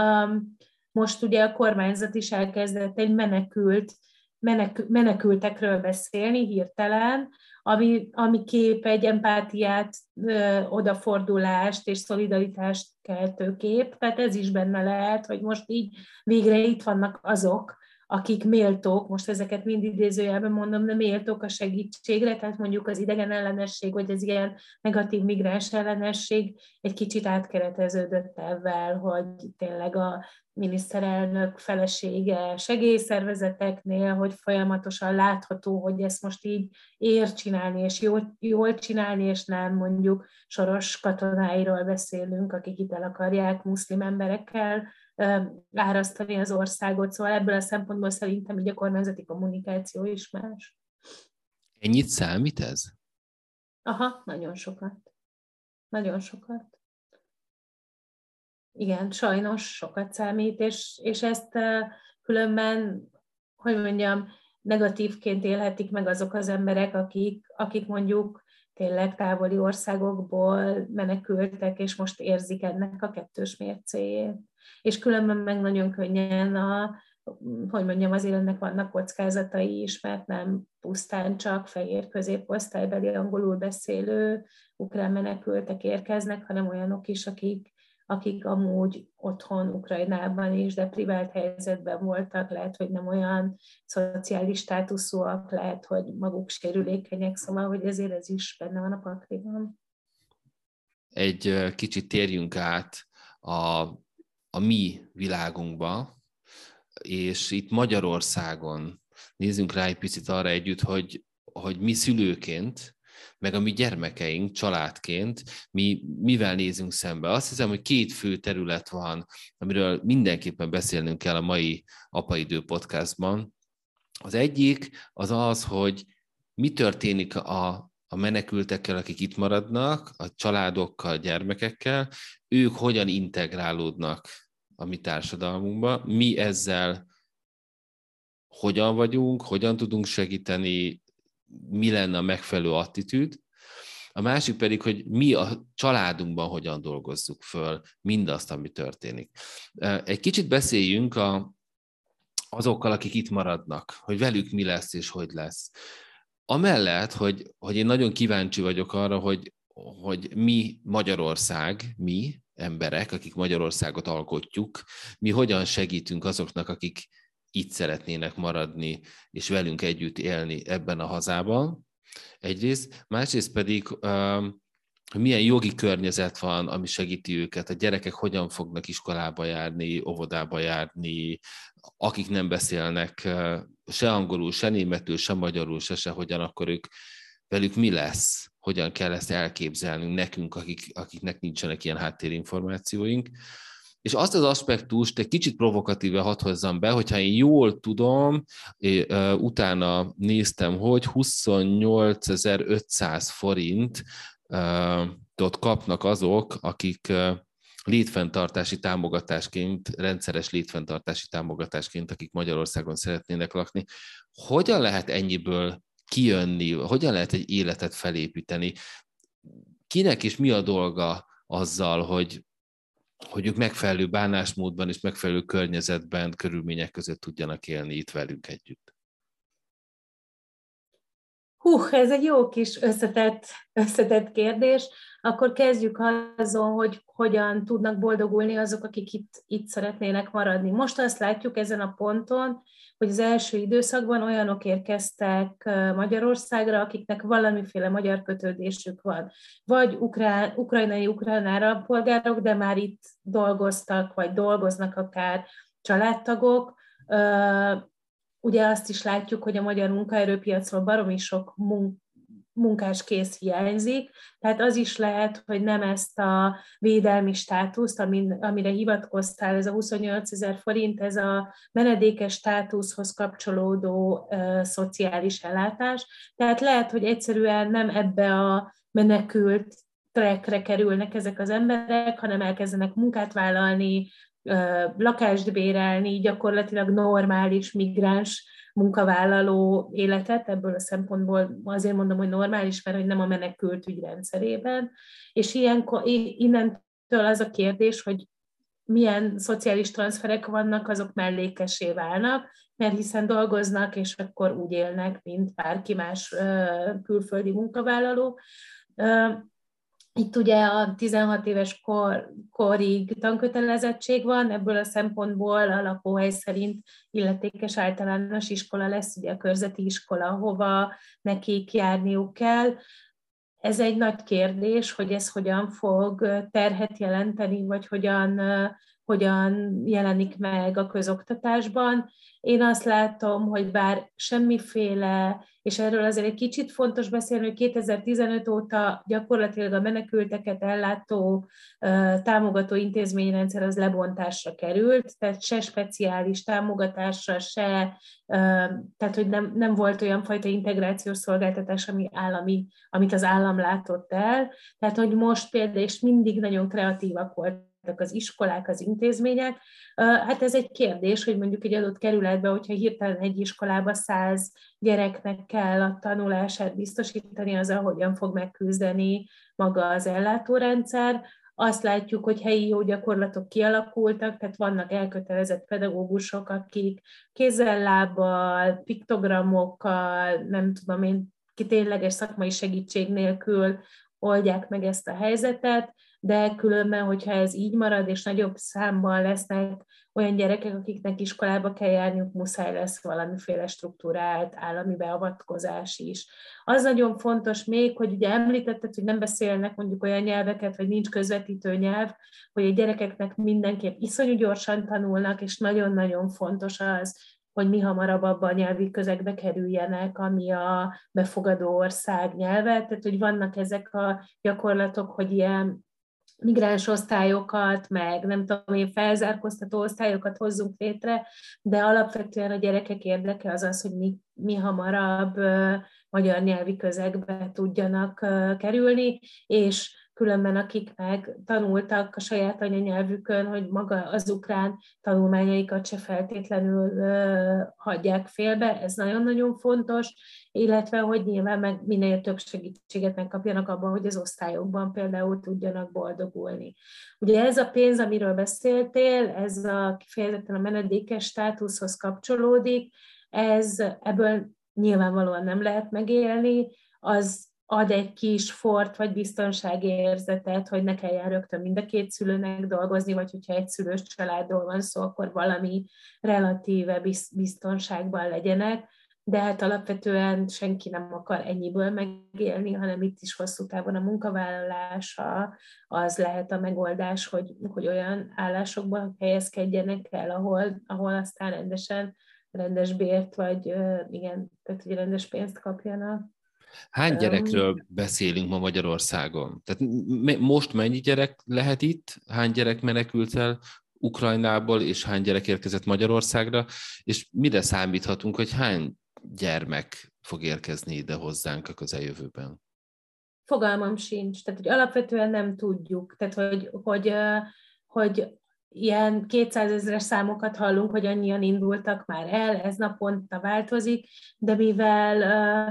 Most ugye a kormányzat is elkezdett egy menekült, menekül, menekültekről beszélni hirtelen, ami, ami kép egy empátiát, odafordulást és szolidaritást keltő kép. Tehát ez is benne lehet, hogy most így végre itt vannak azok, akik méltók, most ezeket mind idézőjelben mondom, de méltók a segítségre, tehát mondjuk az idegen ellenesség, vagy az ilyen negatív migráns ellenesség egy kicsit átkereteződött ebben, hogy tényleg a miniszterelnök felesége segélyszervezeteknél, hogy folyamatosan látható, hogy ezt most így ér csinálni, és jól, jól csinálni, és nem mondjuk Soros katonáiról beszélünk, akik itt el akarják muszlim emberekkel árasztani az országot. Szóval ebből a szempontból szerintem így a kormányzati kommunikáció is más. Ennyit számít ez? Aha, nagyon sokat. Nagyon sokat. Igen, sajnos sokat számít, és, és ezt különben, hogy mondjam, negatívként élhetik meg azok az emberek, akik, akik mondjuk tényleg távoli országokból menekültek, és most érzik ennek a kettős mércéjét. És különben meg nagyon könnyen a, hogy mondjam, azért ennek vannak kockázatai is, mert nem pusztán csak fehér középosztálybeli angolul beszélő ukrán menekültek érkeznek, hanem olyanok is, akik akik amúgy otthon Ukrajnában is deprivált helyzetben voltak, lehet, hogy nem olyan szociális státuszúak, lehet, hogy maguk sérülékenyek, szóval, hogy ezért ez is benne van a pakliban. Egy kicsit térjünk át a, a mi világunkba, és itt Magyarországon nézzünk rá egy picit arra együtt, hogy, hogy mi szülőként, meg a mi gyermekeink családként, mi mivel nézünk szembe. Azt hiszem, hogy két fő terület van, amiről mindenképpen beszélnünk kell a mai Apaidő podcastban. Az egyik az az, hogy mi történik a, a menekültekkel, akik itt maradnak, a családokkal, a gyermekekkel, ők hogyan integrálódnak a mi társadalmunkba, mi ezzel hogyan vagyunk, hogyan tudunk segíteni, mi lenne a megfelelő attitűd. A másik pedig, hogy mi a családunkban hogyan dolgozzuk föl mindazt, ami történik. Egy kicsit beszéljünk a, azokkal, akik itt maradnak, hogy velük mi lesz és hogy lesz. Amellett, hogy, hogy én nagyon kíváncsi vagyok arra, hogy, hogy mi Magyarország, mi emberek, akik Magyarországot alkotjuk, mi hogyan segítünk azoknak, akik itt szeretnének maradni, és velünk együtt élni ebben a hazában. Egyrészt, másrészt pedig, hogy milyen jogi környezet van, ami segíti őket, a gyerekek hogyan fognak iskolába járni, óvodába járni, akik nem beszélnek se angolul, se németül, se magyarul, se sehogyan, akkor ők, velük mi lesz, hogyan kell ezt elképzelnünk nekünk, akik, akiknek nincsenek ilyen háttérinformációink. És azt az aspektust egy kicsit provokatíve hadd hozzam be, hogyha én jól tudom, utána néztem, hogy huszonnyolcezer-ötszáz forintot kapnak azok, akik létfenntartási támogatásként, rendszeres létfenntartási támogatásként, akik Magyarországon szeretnének lakni. Hogyan lehet ennyiből kijönni, hogyan lehet egy életet felépíteni? Kinek és mi a dolga azzal, hogy hogy ők megfelelő bánásmódban és megfelelő környezetben, körülmények között tudjanak élni itt velünk együtt? Hú, ez egy jó kis összetett, összetett kérdés. Akkor kezdjük azon, hogy hogyan tudnak boldogulni azok, akik itt, itt szeretnének maradni. Most azt látjuk ezen a ponton, hogy az első időszakban olyanok érkeztek Magyarországra, akiknek valamiféle magyar kötődésük van. Vagy ukrán, ukrajnai ukrán állampolgárok, de már itt dolgoztak, vagy dolgoznak akár családtagok. Ugye azt is látjuk, hogy a magyar munkaerőpiacról baromi sok munkáskész hiányzik, tehát az is lehet, hogy nem ezt a védelmi státuszt, amire hivatkoztál, ez a huszonnyolcezer forint, ez a menedékes státuszhoz kapcsolódó uh, szociális ellátás, tehát lehet, hogy egyszerűen nem ebbe a menekült trackre kerülnek ezek az emberek, hanem elkezdenek munkát vállalni, lakást bérelni, gyakorlatilag normális migráns munkavállaló életet, ebből a szempontból azért mondom, hogy normális, mert hogy nem a menekült ügyrendszerében, és ilyenkor, innentől az a kérdés, hogy milyen szociális transferek vannak, azok mellékessé válnak, mert hiszen dolgoznak, és akkor úgy élnek, mint bárki más külföldi munkavállaló. Itt ugye a tizenhat éves kor, korig tankötelezettség van, ebből a szempontból a lakóhely szerint illetékes általános iskola lesz, ugye a körzeti iskola, hova nekik járniuk kell. Ez egy nagy kérdés, hogy ez hogyan fog terhet jelenteni, vagy hogyan, hogyan jelenik meg a közoktatásban. Én azt látom, hogy bár semmiféle, és erről azért egy kicsit fontos beszélni, hogy kétezer-tizenöt óta gyakorlatilag a menekülteket ellátó támogató intézményrendszer az lebontásra került, tehát se speciális támogatásra, se, tehát hogy nem, nem volt olyan fajta integrációs szolgáltatás, ami állami, amit az állam látott el. Tehát, hogy most például, és mindig nagyon kreatívak voltak az iskolák, az intézmények. Hát ez egy kérdés, hogy mondjuk egy adott kerületben, hogyha hirtelen egy iskolába száz gyereknek kell a tanulását biztosítani, az ahogyan fog megküzdeni maga az ellátórendszer. Azt látjuk, hogy helyi jó gyakorlatok kialakultak, tehát vannak elkötelezett pedagógusok, akik kézzel, lábbal, piktogramokkal, nem tudom én, ki tényleges szakmai segítség nélkül oldják meg ezt a helyzetet, de különben, hogyha ez így marad, és nagyobb számban lesznek olyan gyerekek, akiknek iskolába kell járniuk, muszáj lesz valamiféle struktúrált állami beavatkozás is. Az nagyon fontos még, hogy ugye említetted, hogy nem beszélnek mondjuk olyan nyelveket, vagy nincs közvetítő nyelv, hogy a gyerekeknek mindenképp iszonyú gyorsan tanulnak, és nagyon-nagyon fontos az, hogy mi hamarabb abban a nyelvi közegbe kerüljenek, ami a befogadó ország nyelve. Tehát, hogy vannak ezek a gyakorlatok, hogy ilyen migráns osztályokat, meg nem tudom én, felzárkóztató osztályokat hozzunk létre, de alapvetően a gyerekek érdeke az az, hogy mi, mi hamarabb uh, magyar nyelvi közegbe tudjanak uh, kerülni, és különben akik meg tanultak a saját anyanyelvükön, hogy maga az ukrán tanulmányaikat se feltétlenül uh, hagyják félbe, ez nagyon-nagyon fontos, illetve hogy nyilván meg minél több segítséget megkapjanak abban, hogy az osztályokban például tudjanak boldogulni. Ugye ez a pénz, amiről beszéltél, ez a kifejezetten a menedékes státuszhoz kapcsolódik, ez ebből nyilvánvalóan nem lehet megélni, az ad egy kis fort vagy biztonságérzetet, hogy ne kelljen rögtön mind a két szülőnek dolgozni, vagy hogyha egy szülős családról van szó, akkor valami relatíve biztonságban legyenek, de hát alapvetően senki nem akar ennyiből megélni, hanem itt is hosszú távon a munkavállalása az lehet a megoldás, hogy, hogy olyan állásokban helyezkedjenek el, ahol, ahol aztán rendesen rendes bért, vagy igen, tehát hogy rendes pénzt kapjanak. Hány gyerekről beszélünk ma Magyarországon? Tehát most mennyi gyerek lehet itt? Hány gyerek menekült el Ukrajnából, és hány gyerek érkezett Magyarországra? És mire számíthatunk, hogy hány gyermek fog érkezni ide hozzánk a közeljövőben? Fogalmam sincs. Tehát, hogy alapvetően nem tudjuk. Tehát, hogy, hogy, hogy ilyen kétszázezres számokat hallunk, hogy annyian indultak már el, ez naponta változik, de mivel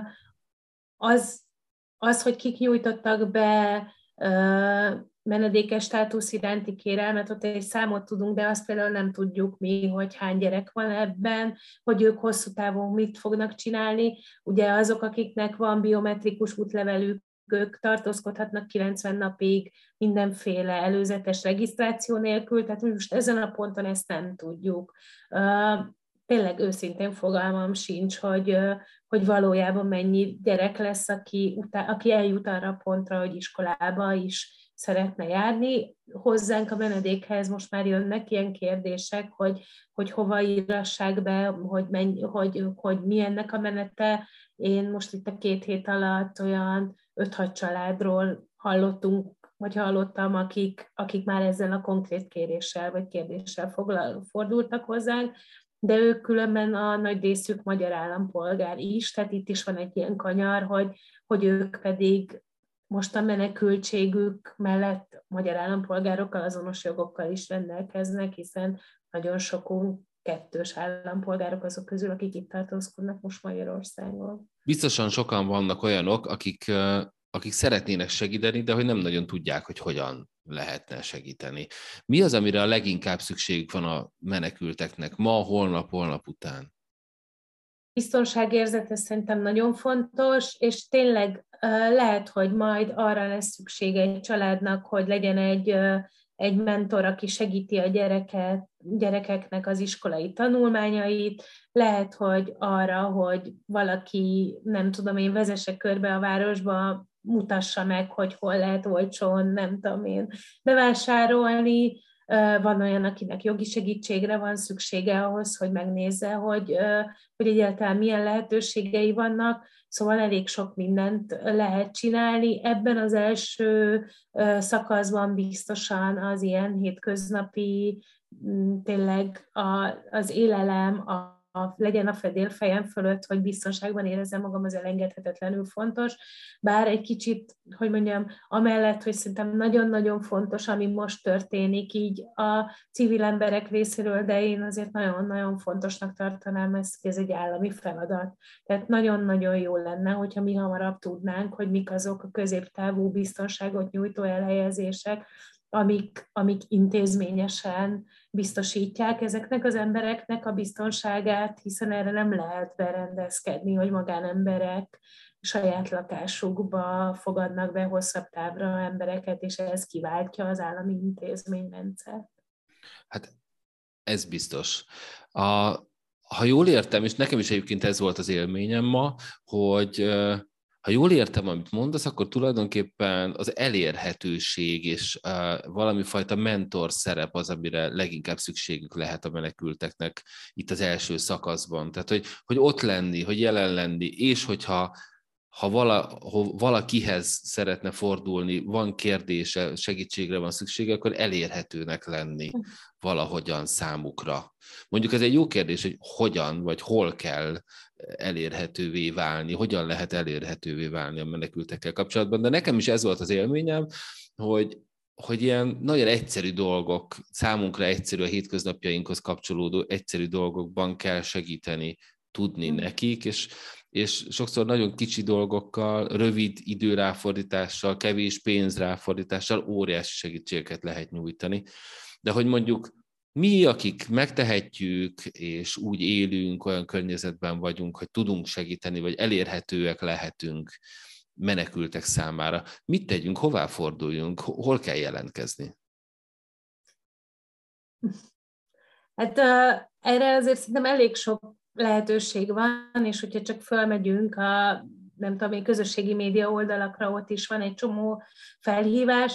az, az hogy kik nyújtottak be menedékes státusz iránti kérelmet, ott egy számot tudunk, de azt például nem tudjuk mi, hogy hány gyerek van ebben, hogy ők hosszú távon mit fognak csinálni. Ugye azok, akiknek van biometrikus útlevelük, ők tartózkodhatnak kilencven napig mindenféle előzetes regisztráció nélkül, tehát most ezen a ponton ezt nem tudjuk. Tényleg őszintén fogalmam sincs, hogy, hogy valójában mennyi gyerek lesz, aki, utá, aki eljut arra a pontra, hogy iskolába is szeretne járni. Hozzánk a menedékhez most már jönnek ilyen kérdések, hogy, hogy hova írassák be, hogy, mennyi, hogy, hogy mi ennek a menete. Én most itt a két hét alatt olyan öt-hat családról hallottunk, vagy hallottam, akik, akik már ezzel a konkrét kéréssel vagy kérdéssel foglal, fordultak hozzánk, de ők különben a nagy részük magyar állampolgár is, tehát itt is van egy ilyen kanyar, hogy, hogy ők pedig most a menekültségük mellett magyar állampolgárokkal, azonos jogokkal is rendelkeznek, hiszen nagyon sokunk kettős állampolgárok azok közül, akik itt tartózkodnak most Magyarországon. Biztosan sokan vannak olyanok, akik, akik szeretnének segíteni, de hogy nem nagyon tudják, hogy hogyan lehetne segíteni. Mi az, amire a leginkább szükségük van a menekülteknek ma, holnap, holnap után? biztonságérzet, ez szerintem nagyon fontos, és tényleg lehet, hogy majd arra lesz szüksége egy családnak, hogy legyen egy, egy mentor, aki segíti a gyereket, gyerekeknek az iskolai tanulmányait, lehet, hogy arra, hogy valaki, nem tudom én, vezesse körbe a városba, mutassa meg, hogy hol lehet olcsón, nem tudom én, bevásárolni. Van olyan, akinek jogi segítségre van szüksége ahhoz, hogy megnézze, hogy, hogy egyáltalán milyen lehetőségei vannak, szóval elég sok mindent lehet csinálni. Ebben az első szakaszban biztosan az ilyen hétköznapi, tényleg az élelem, a A, legyen a fedél fejem fölött, hogy biztonságban érezzem magam, az elengedhetetlenül fontos. Bár egy kicsit, hogy mondjam, amellett, hogy szerintem nagyon-nagyon fontos, ami most történik így a civil emberek részéről, de én azért nagyon-nagyon fontosnak tartanám ezt, hogy ez egy állami feladat. Tehát nagyon-nagyon jó lenne, hogyha mi hamarabb tudnánk, hogy mik azok a középtávú biztonságot nyújtó elhelyezések, amik, amik intézményesen biztosítják ezeknek az embereknek a biztonságát, hiszen erre nem lehet berendezkedni, hogy magánemberek saját lakásukba fogadnak be hosszabb távra embereket, és ez kiváltja az állami intézményrendszert. Hát ez biztos. A, ha jól értem, és nekem is egyébként ez volt az élményem ma, hogy ha jól értem, amit mondasz, akkor tulajdonképpen az elérhetőség és uh, valami fajta mentor szerep az, amire leginkább szükségük lehet a menekülteknek itt az első szakaszban. Tehát, hogy, hogy ott lenni, hogy jelen lenni, és hogyha ha, vala, ha valakihez szeretne fordulni, van kérdése, segítségre van szüksége, akkor elérhetőnek lenni valahogyan számukra. Mondjuk ez egy jó kérdés, hogy hogyan vagy hol kell elérhetővé válni, hogyan lehet elérhetővé válni a menekültekkel kapcsolatban, de nekem is ez volt az élményem, hogy, hogy ilyen nagyon egyszerű dolgok, számunkra egyszerű a hétköznapjainkhoz kapcsolódó egyszerű dolgokban kell segíteni tudni nekik, és, és sokszor nagyon kicsi dolgokkal, rövid időráfordítással, kevés pénzráfordítással óriási segítségeket lehet nyújtani. De hogy mondjuk mi, akik megtehetjük, és úgy élünk, olyan környezetben vagyunk, hogy tudunk segíteni, vagy elérhetőek lehetünk menekültek számára. Mit tegyünk, hová forduljunk, hol kell jelentkezni? Hát uh, erre azért szerintem elég sok lehetőség van, és hogyha csak fölmegyünk a, nem tudom én, közösségi média oldalakra, ott is van egy csomó felhívás.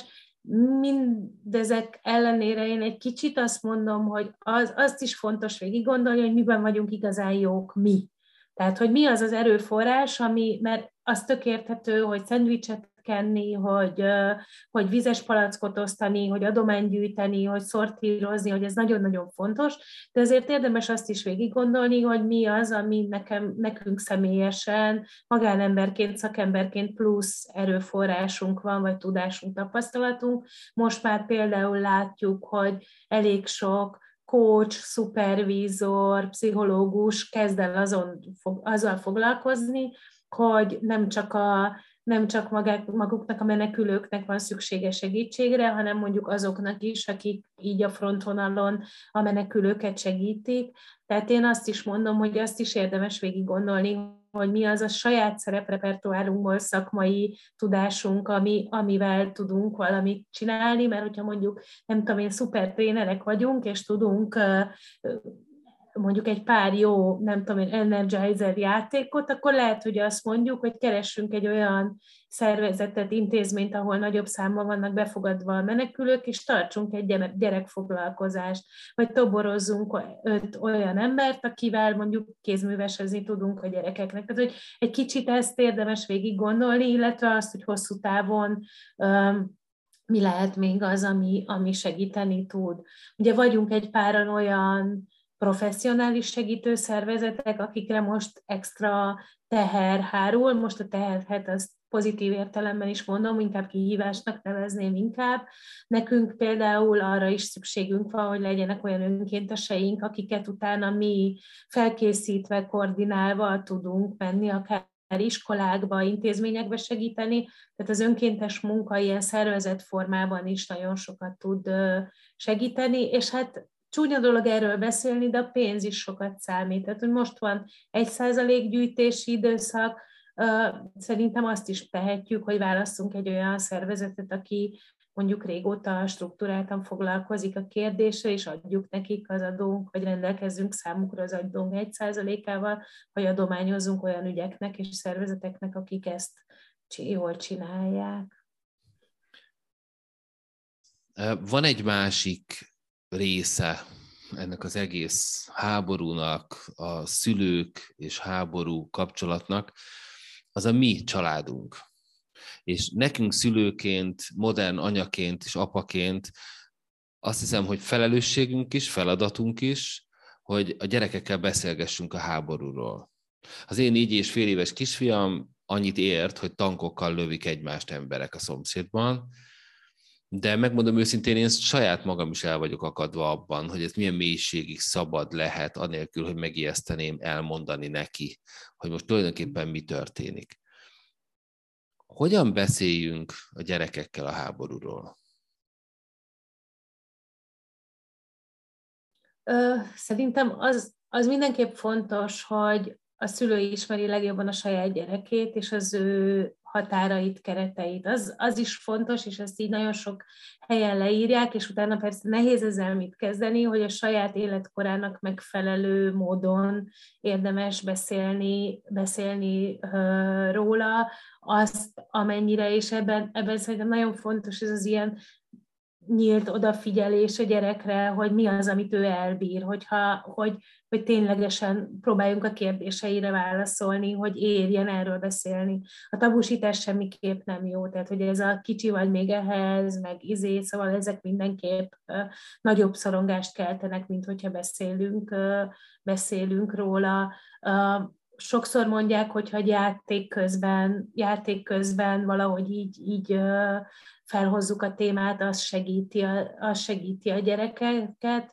Mindezek ellenére én egy kicsit azt mondom, hogy az, azt is fontos végig gondolni, hogy miben vagyunk igazán jók mi. Tehát, hogy mi az az erőforrás, ami, mert az tök érthető, hogy szendvicset kenni, hogy, hogy vízes palackot osztani, hogy adományt gyűjteni, hogy szortírozni, hogy ez nagyon-nagyon fontos, de azért érdemes azt is végig gondolni, hogy mi az, ami nekem, nekünk személyesen, magánemberként, szakemberként plusz erőforrásunk van, vagy tudásunk, tapasztalatunk. Most már például látjuk, hogy elég sok coach, szupervízor, pszichológus kezd el azon, azzal foglalkozni, hogy nem csak, a, nem csak magák, maguknak a menekülőknek van szüksége segítségre, hanem mondjuk azoknak is, akik így a frontvonalon a menekülőket segítik. Tehát én azt is mondom, hogy azt is érdemes végig gondolni, hogy mi az a saját szereprepertoárunkból szakmai tudásunk, ami, amivel tudunk valamit csinálni, mert hogyha mondjuk, nem tudom én, szuper trénerek vagyunk, és tudunk mondjuk egy pár jó, nem tudom én, Energizer játékot, akkor lehet, hogy azt mondjuk, hogy keressünk egy olyan szervezetet, intézményt, ahol nagyobb számban vannak befogadva a menekülők, és tartsunk egy gyerekfoglalkozást, vagy toborozzunk öt olyan embert, akivel mondjuk kézművesezni tudunk a gyerekeknek. Tehát, hogy egy kicsit ezt érdemes végig gondolni, illetve azt, hogy hosszú távon um, mi lehet még az, ami, ami segíteni tud. Ugye vagyunk egy páran olyan professzionális segítőszervezetek, akikre most extra teher hárul, most a terhet azt pozitív értelemben is mondom, inkább kihívásnak nevezném inkább. Nekünk például arra is szükségünk van, hogy legyenek olyan önkénteseink, akiket utána mi felkészítve, koordinálva tudunk menni, akár iskolákba, intézményekbe segíteni, tehát az önkéntes munka ilyen szervezett formában is nagyon sokat tud segíteni, és hát csúnya dolog erről beszélni, de a pénz is sokat számít. Tehát, hogy most van egy százalék gyűjtési időszak, szerintem azt is tehetjük, hogy válasszunk egy olyan szervezetet, aki mondjuk régóta struktúráltan foglalkozik a kérdéssel, és adjuk nekik az adónk, vagy rendelkezzünk számukra az adónk egy százalékával, vagy adományozunk olyan ügyeknek és szervezeteknek, akik ezt jól csinálják. Van egy másik része ennek az egész háborúnak, a szülők és háború kapcsolatnak, az a mi családunk. És nekünk szülőként, modern anyaként és apaként azt hiszem, hogy felelősségünk is, feladatunk is, hogy a gyerekekkel beszélgessünk a háborúról. Az én négy és fél éves kisfiam annyit ért, hogy tankokkal lövik egymást emberek a szomszédban, de megmondom őszintén, én saját magam is el vagyok akadva abban, hogy ez milyen mélységig szabad lehet, anélkül, hogy megijeszteném elmondani neki, hogy most tulajdonképpen mi történik. Hogyan beszéljünk a gyerekekkel a háborúról? Szerintem az, az mindenképp fontos, hogy a szülő ismeri legjobban a saját gyerekét, és az ő határait, kereteit. Az, az is fontos, és ezt így nagyon sok helyen leírják, és utána persze nehéz ezzel mit kezdeni, hogy a saját életkorának megfelelő módon érdemes beszélni, beszélni uh, róla, azt amennyire, és ebben, ebben szerintem nagyon fontos ez az ilyen nyílt odafigyelés a gyerekre, hogy mi az, amit ő elbír, hogyha, hogy, hogy ténylegesen próbáljunk a kérdéseire válaszolni, hogy érjen erről beszélni. A tabusítás semmiképp nem jó, tehát hogy ez a kicsi vagy még ehhez, meg izé, szóval ezek mindenképp uh, nagyobb szorongást keltenek, mint hogyha beszélünk, uh, beszélünk róla. Uh, Sokszor mondják, hogy ha játék közben, játék közben valahogy így, így felhozzuk a témát, az segíti a, az segíti a gyerekeket.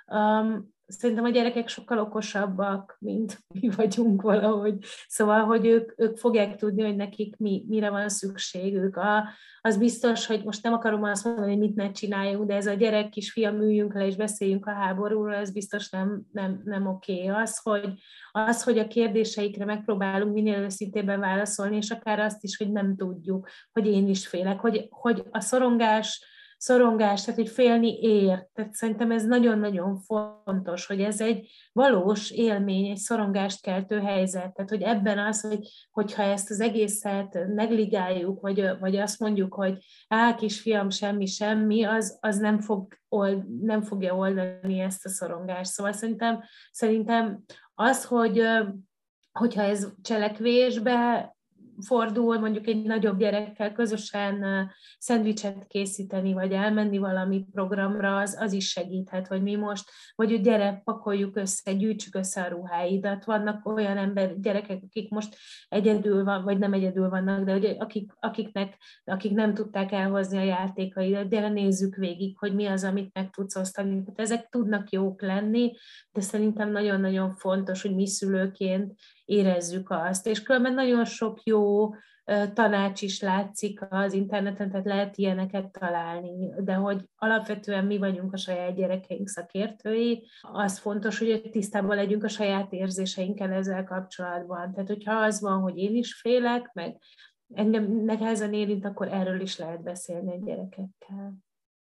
Um, Szerintem a gyerekek sokkal okosabbak, mint mi vagyunk valahogy. Szóval, hogy ők, ők fogják tudni, hogy nekik mi, mire van szükségük. A, az biztos, hogy most nem akarom azt mondani, hogy mit ne csináljunk, de ez a gyerek kisfiam, üljünk le és beszéljünk a háborúról, ez biztos nem, nem, nem oké. Az hogy, az, hogy a kérdéseikre megpróbálunk minél őszintében válaszolni, és akár azt is, hogy nem tudjuk, hogy én is félek, hogy, hogy a szorongás, szorongás, tehát hogy félni ér. Tehát szerintem ez nagyon-nagyon fontos, hogy ez egy valós élmény, egy szorongást keltő helyzet. Tehát, hogy ebben az, hogy, hogyha ezt az egészet negligáljuk, vagy, vagy azt mondjuk, hogy á, kisfiam, semmi, semmi, az, az nem, fog old, nem fogja oldani ezt a szorongást. Szóval szerintem, szerintem az, hogy hogyha ez cselekvésbe fordul, mondjuk egy nagyobb gyerekkel közösen szendvicset készíteni, vagy elmenni valami programra, az, az is segíthet, hogy mi most, vagy hogy gyere, pakoljuk össze, gyűjtsük össze a ruháidat. Vannak olyan ember, gyerekek, akik most egyedül van, vagy nem egyedül vannak, de hogy akik, akiknek, akik nem tudták elhozni a játékaidat, gyere, nézzük végig, hogy mi az, amit meg tudsz osztani. Ezek tudnak jók lenni, de szerintem nagyon-nagyon fontos, hogy mi szülőként érezzük azt. És különben nagyon sok jó tanács is látszik az interneten, tehát lehet ilyeneket találni, de hogy alapvetően mi vagyunk a saját gyerekeink szakértői, az fontos, hogy tisztában legyünk a saját érzéseinkkel ezzel kapcsolatban. Tehát, hogyha az van, hogy én is félek, meg engem nehezen érint, akkor erről is lehet beszélni a gyerekekkel.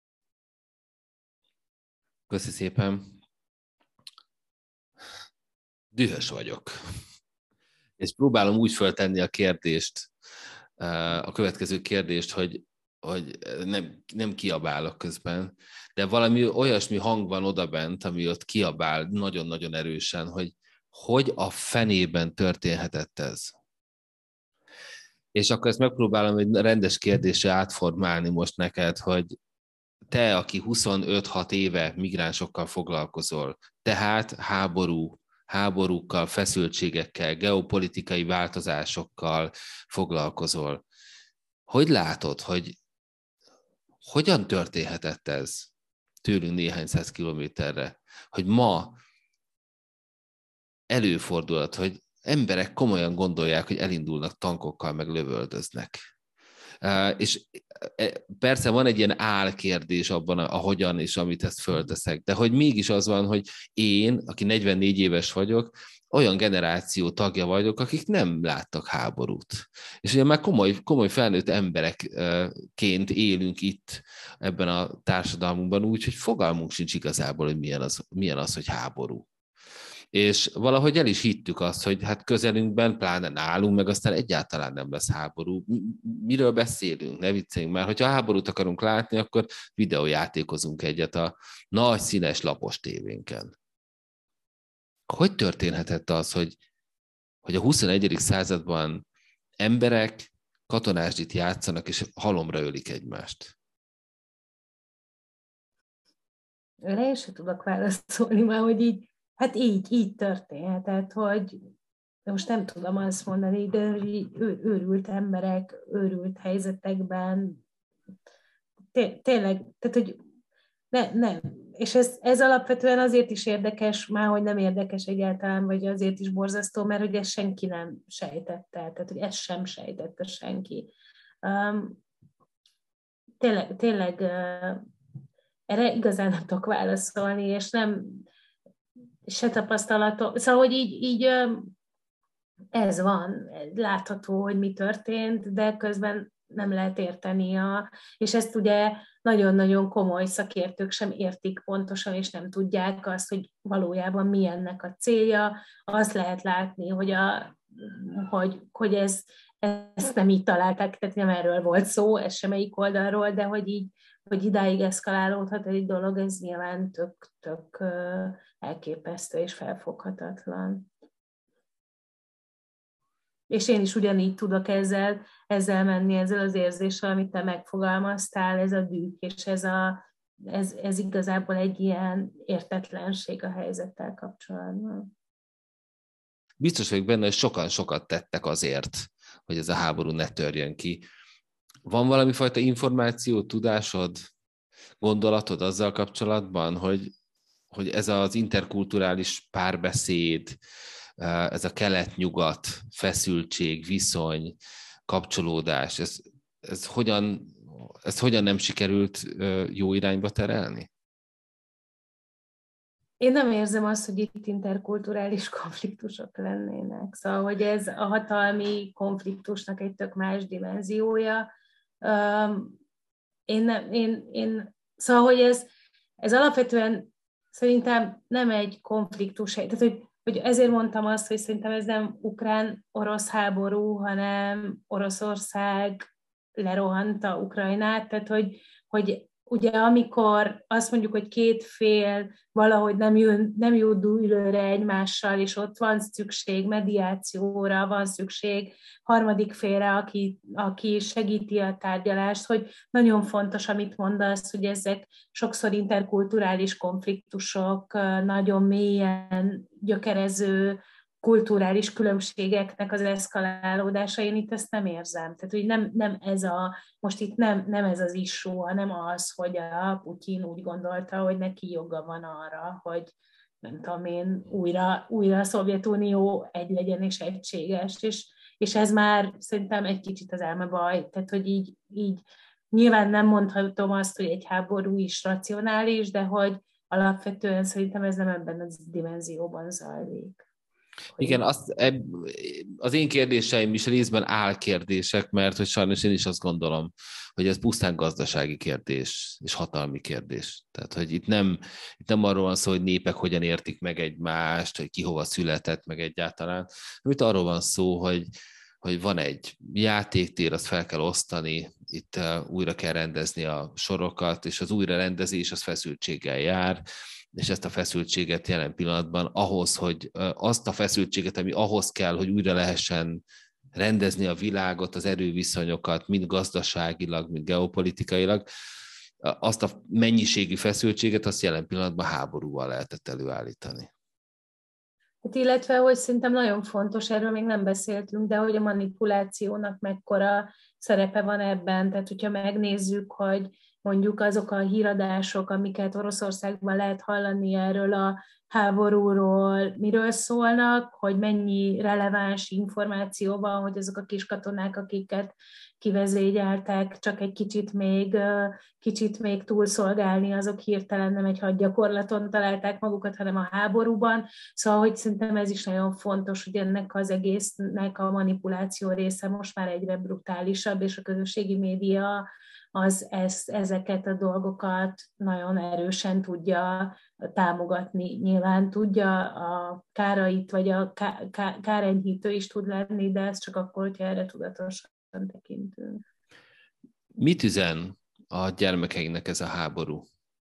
Köszi szépen. Dühös vagyok. És próbálom úgy föltenni a kérdést, a következő kérdést, hogy, hogy nem, nem kiabálok közben, de valami olyasmi hang van odabent, ami ott kiabál nagyon-nagyon erősen, hogy hogy a fenében történhetett ez. És akkor ezt megpróbálom egy rendes kérdésre átformálni most neked, hogy te, aki huszonöt-hat éve migránsokkal foglalkozol, tehát háború, háborúkkal, feszültségekkel, geopolitikai változásokkal foglalkozol. Hogy látod, hogy hogyan történhetett ez tőlünk néhány száz kilométerre, hogy ma előfordulhat, hogy emberek komolyan gondolják, hogy elindulnak tankokkal, meg lövöldöznek. És persze van egy ilyen álkérdés abban, ahogyan és amit ezt fölteszek, de hogy mégis az van, hogy én, aki negyvennégy éves vagyok, olyan generáció tagja vagyok, akik nem láttak háborút. És ugye már komoly, komoly felnőtt emberekként élünk itt ebben a társadalmunkban úgy, hogy fogalmunk sincs igazából, hogy milyen az, milyen az, hogy háború. És valahogy el is hittük azt, hogy hát közelünkben, pláne nálunk, meg aztán egyáltalán nem lesz háború. Miről beszélünk? Ne vicceljünk már. Hogyha háborút akarunk látni, akkor videójátékozunk egyet a nagy színes lapos tévénken. Hogy történhetett az, hogy, hogy a huszonegyedik században emberek katonásdit játszanak, és halomra ölik egymást? Erre én sem tudok válaszolni, már hogy így, hát így, így történhetett, hogy most nem tudom azt mondani, de őrült emberek, őrült helyzetekben, té- tényleg, tehát, hogy ne, nem. És ez, ez alapvetően azért is érdekes, már hogy nem érdekes egyáltalán, vagy azért is borzasztó, mert hogy ezt senki nem sejtette, tehát hogy ezt sem sejtette senki. Um, tényleg, tényleg uh, erre igazán nem tudok válaszolni, és nem se tapasztalatom. Szóval, hogy így, így um, ez van, látható, hogy mi történt, de közben nem lehet érteni, a, és ezt ugye nagyon-nagyon komoly szakértők sem értik pontosan, és nem tudják azt, hogy valójában mi ennek a célja. Azt lehet látni, hogy, a, hogy, hogy ez, ezt nem így találták, tehát nem erről volt szó, ez semmelyik oldalról, de hogy így, hogy idáig eszkalálódhat egy dolog, ez nyilván tök, tök elképesztő és felfoghatatlan. És én is ugyanígy tudok ezzel, ezzel menni, ezzel az érzéssel, amit te megfogalmaztál, ez a düh, és ez, a, ez, ez igazából egy ilyen értetlenség a helyzettel kapcsolatban. Biztos vagyok benne, hogy sokan sokat tettek azért, hogy ez a háború ne törjön ki. Van valami fajta információ, tudásod, gondolatod azzal kapcsolatban, hogy, hogy ez az interkulturális párbeszéd, ez a kelet-nyugat feszültség, viszony, kapcsolódás, ez, ez, hogyan, ez hogyan nem sikerült jó irányba terelni? Én nem érzem azt, hogy itt interkulturális konfliktusok lennének. Szóval, hogy ez a hatalmi konfliktusnak egy tök más dimenziója. Én nem, én, én, szóval, hogy ez, ez alapvetően szerintem nem egy konfliktus, tehát, hogy hogy ezért mondtam azt, hogy szerintem ez nem ukrán-orosz háború, hanem Oroszország lerohanta Ukrajnát, tehát hogy, hogy ugye amikor azt mondjuk, hogy két fél valahogy nem, jön, nem jut dűlőre egymással, és ott van szükség mediációra, van szükség harmadik félre, aki, aki segíti a tárgyalást, hogy nagyon fontos, amit mondasz, hogy ezek sokszor interkulturális konfliktusok, nagyon mélyen gyökerező kulturális különbségeknek az eszkalálódása, én itt ezt nem érzem. Tehát, hogy nem, nem ez a, most itt nem, nem ez az issue, hanem az, hogy a Putyin úgy gondolta, hogy neki joga van arra, hogy nem tudom én, újra, újra a Szovjetunió egy legyen és egységes, és, és ez már szerintem egy kicsit az elmebaj. Tehát, hogy így, így nyilván nem mondhatom azt, hogy egy háború is racionális, de hogy alapvetően szerintem ez nem ebben a dimenzióban zajlik. Igen, azt, az én kérdéseim is részben álkérdések, mert hogy sajnos én is azt gondolom, hogy ez pusztán gazdasági kérdés és hatalmi kérdés. Tehát, hogy itt nem, itt nem arról van szó, hogy népek hogyan értik meg egymást, hogy ki hova született meg egyáltalán, itt arról van szó, hogy, hogy van egy játéktér, azt fel kell osztani, itt újra kell rendezni a sorokat, és az újrarendezés az feszültséggel jár, és ezt a feszültséget jelen pillanatban ahhoz, hogy azt a feszültséget, ami ahhoz kell, hogy újra lehessen rendezni a világot, az erőviszonyokat, mind gazdaságilag, mind geopolitikailag, azt a mennyiségi feszültséget, azt jelen pillanatban háborúval lehetett előállítani. Hát illetve, hogy szerintem nagyon fontos, erről még nem beszéltünk, de hogy a manipulációnak mekkora szerepe van ebben. Tehát, hogyha megnézzük, hogy mondjuk azok a híradások, amiket Oroszországban lehet hallani erről a háborúról miről szólnak, hogy mennyi releváns információ van, hogy azok a kis katonák, akiket kivezényeltek, csak egy kicsit még, kicsit még túlszolgálni, azok hirtelen nem egy hadgyakorlaton találták magukat, hanem a háborúban. Szóval, hogy szerintem ez is nagyon fontos, hogy ennek az egésznek a manipuláció része most már egyre brutálisabb, és a közösségi média az ez, ezeket a dolgokat nagyon erősen tudja támogatni. Nyilván tudja a kárait, vagy a ká, ká, kárenyhítő is tud lenni, de ez csak akkor, hogyha erre tudatosan tekintünk. Mit üzen a gyermekeinknek ez a háború?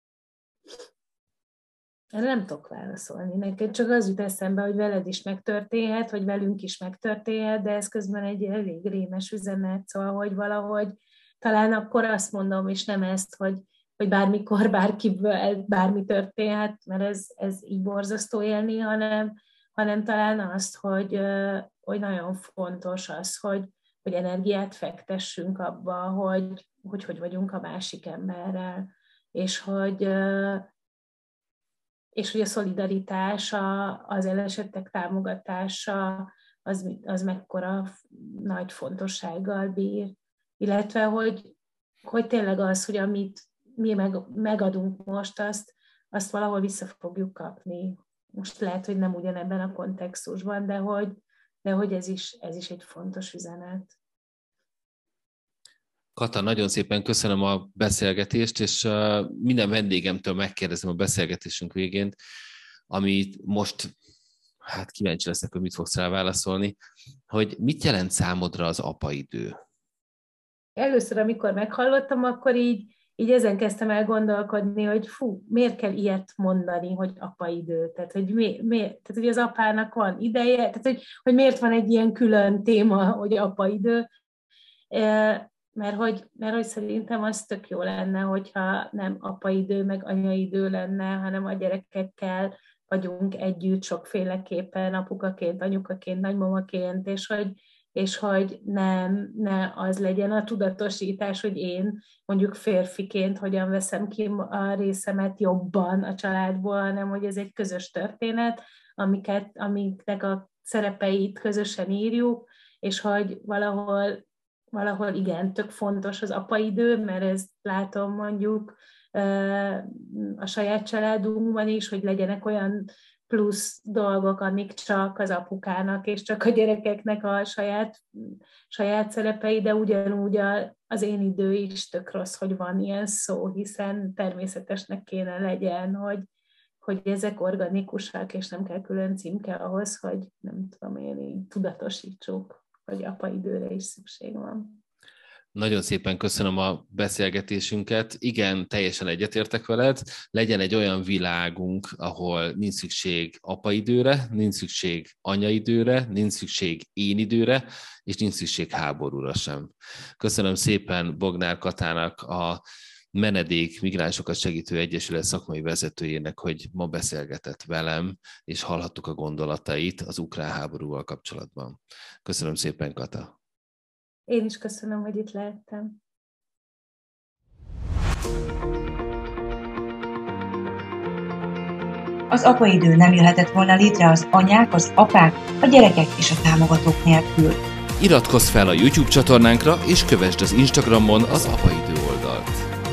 Erre nem tudok válaszolni. Neked csak az jut eszembe, hogy veled is megtörténhet, hogy velünk is megtörténhet, de ez közben egy elég rémes üzenet, szóval, hogy valahogy talán akkor azt mondom, és nem ezt, hogy, hogy bármikor, bárkiből bármi történhet, mert ez, ez így borzasztó élni, hanem, hanem talán azt, hogy, hogy nagyon fontos az, hogy, hogy energiát fektessünk abba, hogy, hogy hogy vagyunk a másik emberrel, és hogy, és hogy a szolidaritás, a, az elesettek támogatása, az, az mekkora nagy fontossággal bír. Illetve, hogy, hogy tényleg az, hogy amit mi meg, megadunk most, azt, azt valahol vissza fogjuk kapni. Most lehet, hogy nem ugyanebben a kontextusban, de hogy, de hogy ez, is, ez is egy fontos üzenet. Kata, nagyon szépen köszönöm a beszélgetést, és minden vendégemtől megkérdezem a beszélgetésünk végén, amit most, hát kíváncsi leszek, hogy mit fogsz rá válaszolni, hogy mit jelent számodra az apaidő? Először, amikor meghallottam, akkor így, így ezen kezdtem el gondolkodni, hogy fú, miért kell ilyet mondani, hogy apaidő? Tehát, hogy, mi, miért, tehát, hogy az apának van ideje, tehát, hogy, hogy miért van egy ilyen külön téma, hogy apaidő? Mert hogy, mert hogy szerintem az tök jó lenne, hogyha nem apaidő, meg anyaidő lenne, hanem a gyerekekkel vagyunk együtt sokféleképpen, apukaként, anyukaként, nagymamaként, és hogy, és hogy nem, ne az legyen a tudatosítás, hogy én mondjuk férfiként hogyan veszem ki a részemet jobban a családból, hanem hogy ez egy közös történet, amiket, amiknek a szerepeit közösen írjuk, és hogy valahol, valahol igen, tök fontos az apaidő, mert ezt látom mondjuk a saját családunkban is, hogy legyenek olyan plusz dolgok, amik csak az apukának és csak a gyerekeknek a saját, saját szerepei, de ugyanúgy az én idő is tök rossz, hogy van ilyen szó, hiszen természetesnek kéne legyen, hogy, hogy ezek organikusak, és nem kell külön címke ahhoz, hogy nem tudom én, így tudatosítsuk, hogy apaidőre is szükség van. Nagyon szépen köszönöm a beszélgetésünket. Igen, teljesen egyetértek veled. Legyen egy olyan világunk, ahol nincs szükség apaidőre, nincs szükség anyaidőre, nincs szükség én időre, és nincs szükség háborúra sem. Köszönöm szépen Bognár Katának, a Menedék Migránsokat Segítő Egyesület szakmai vezetőjének, hogy ma beszélgetett velem, és hallhattuk a gondolatait az ukrán háborúval kapcsolatban. Köszönöm szépen, Kata. Én is köszönöm, hogy itt lehettem. Az apaidő nem jöhetett volna létre az anyák, az apák, a gyerekek és a támogatók nélkül. Iratkozz fel a YouTube csatornánkra, és kövesd az Instagramon az Apaidő oldalt.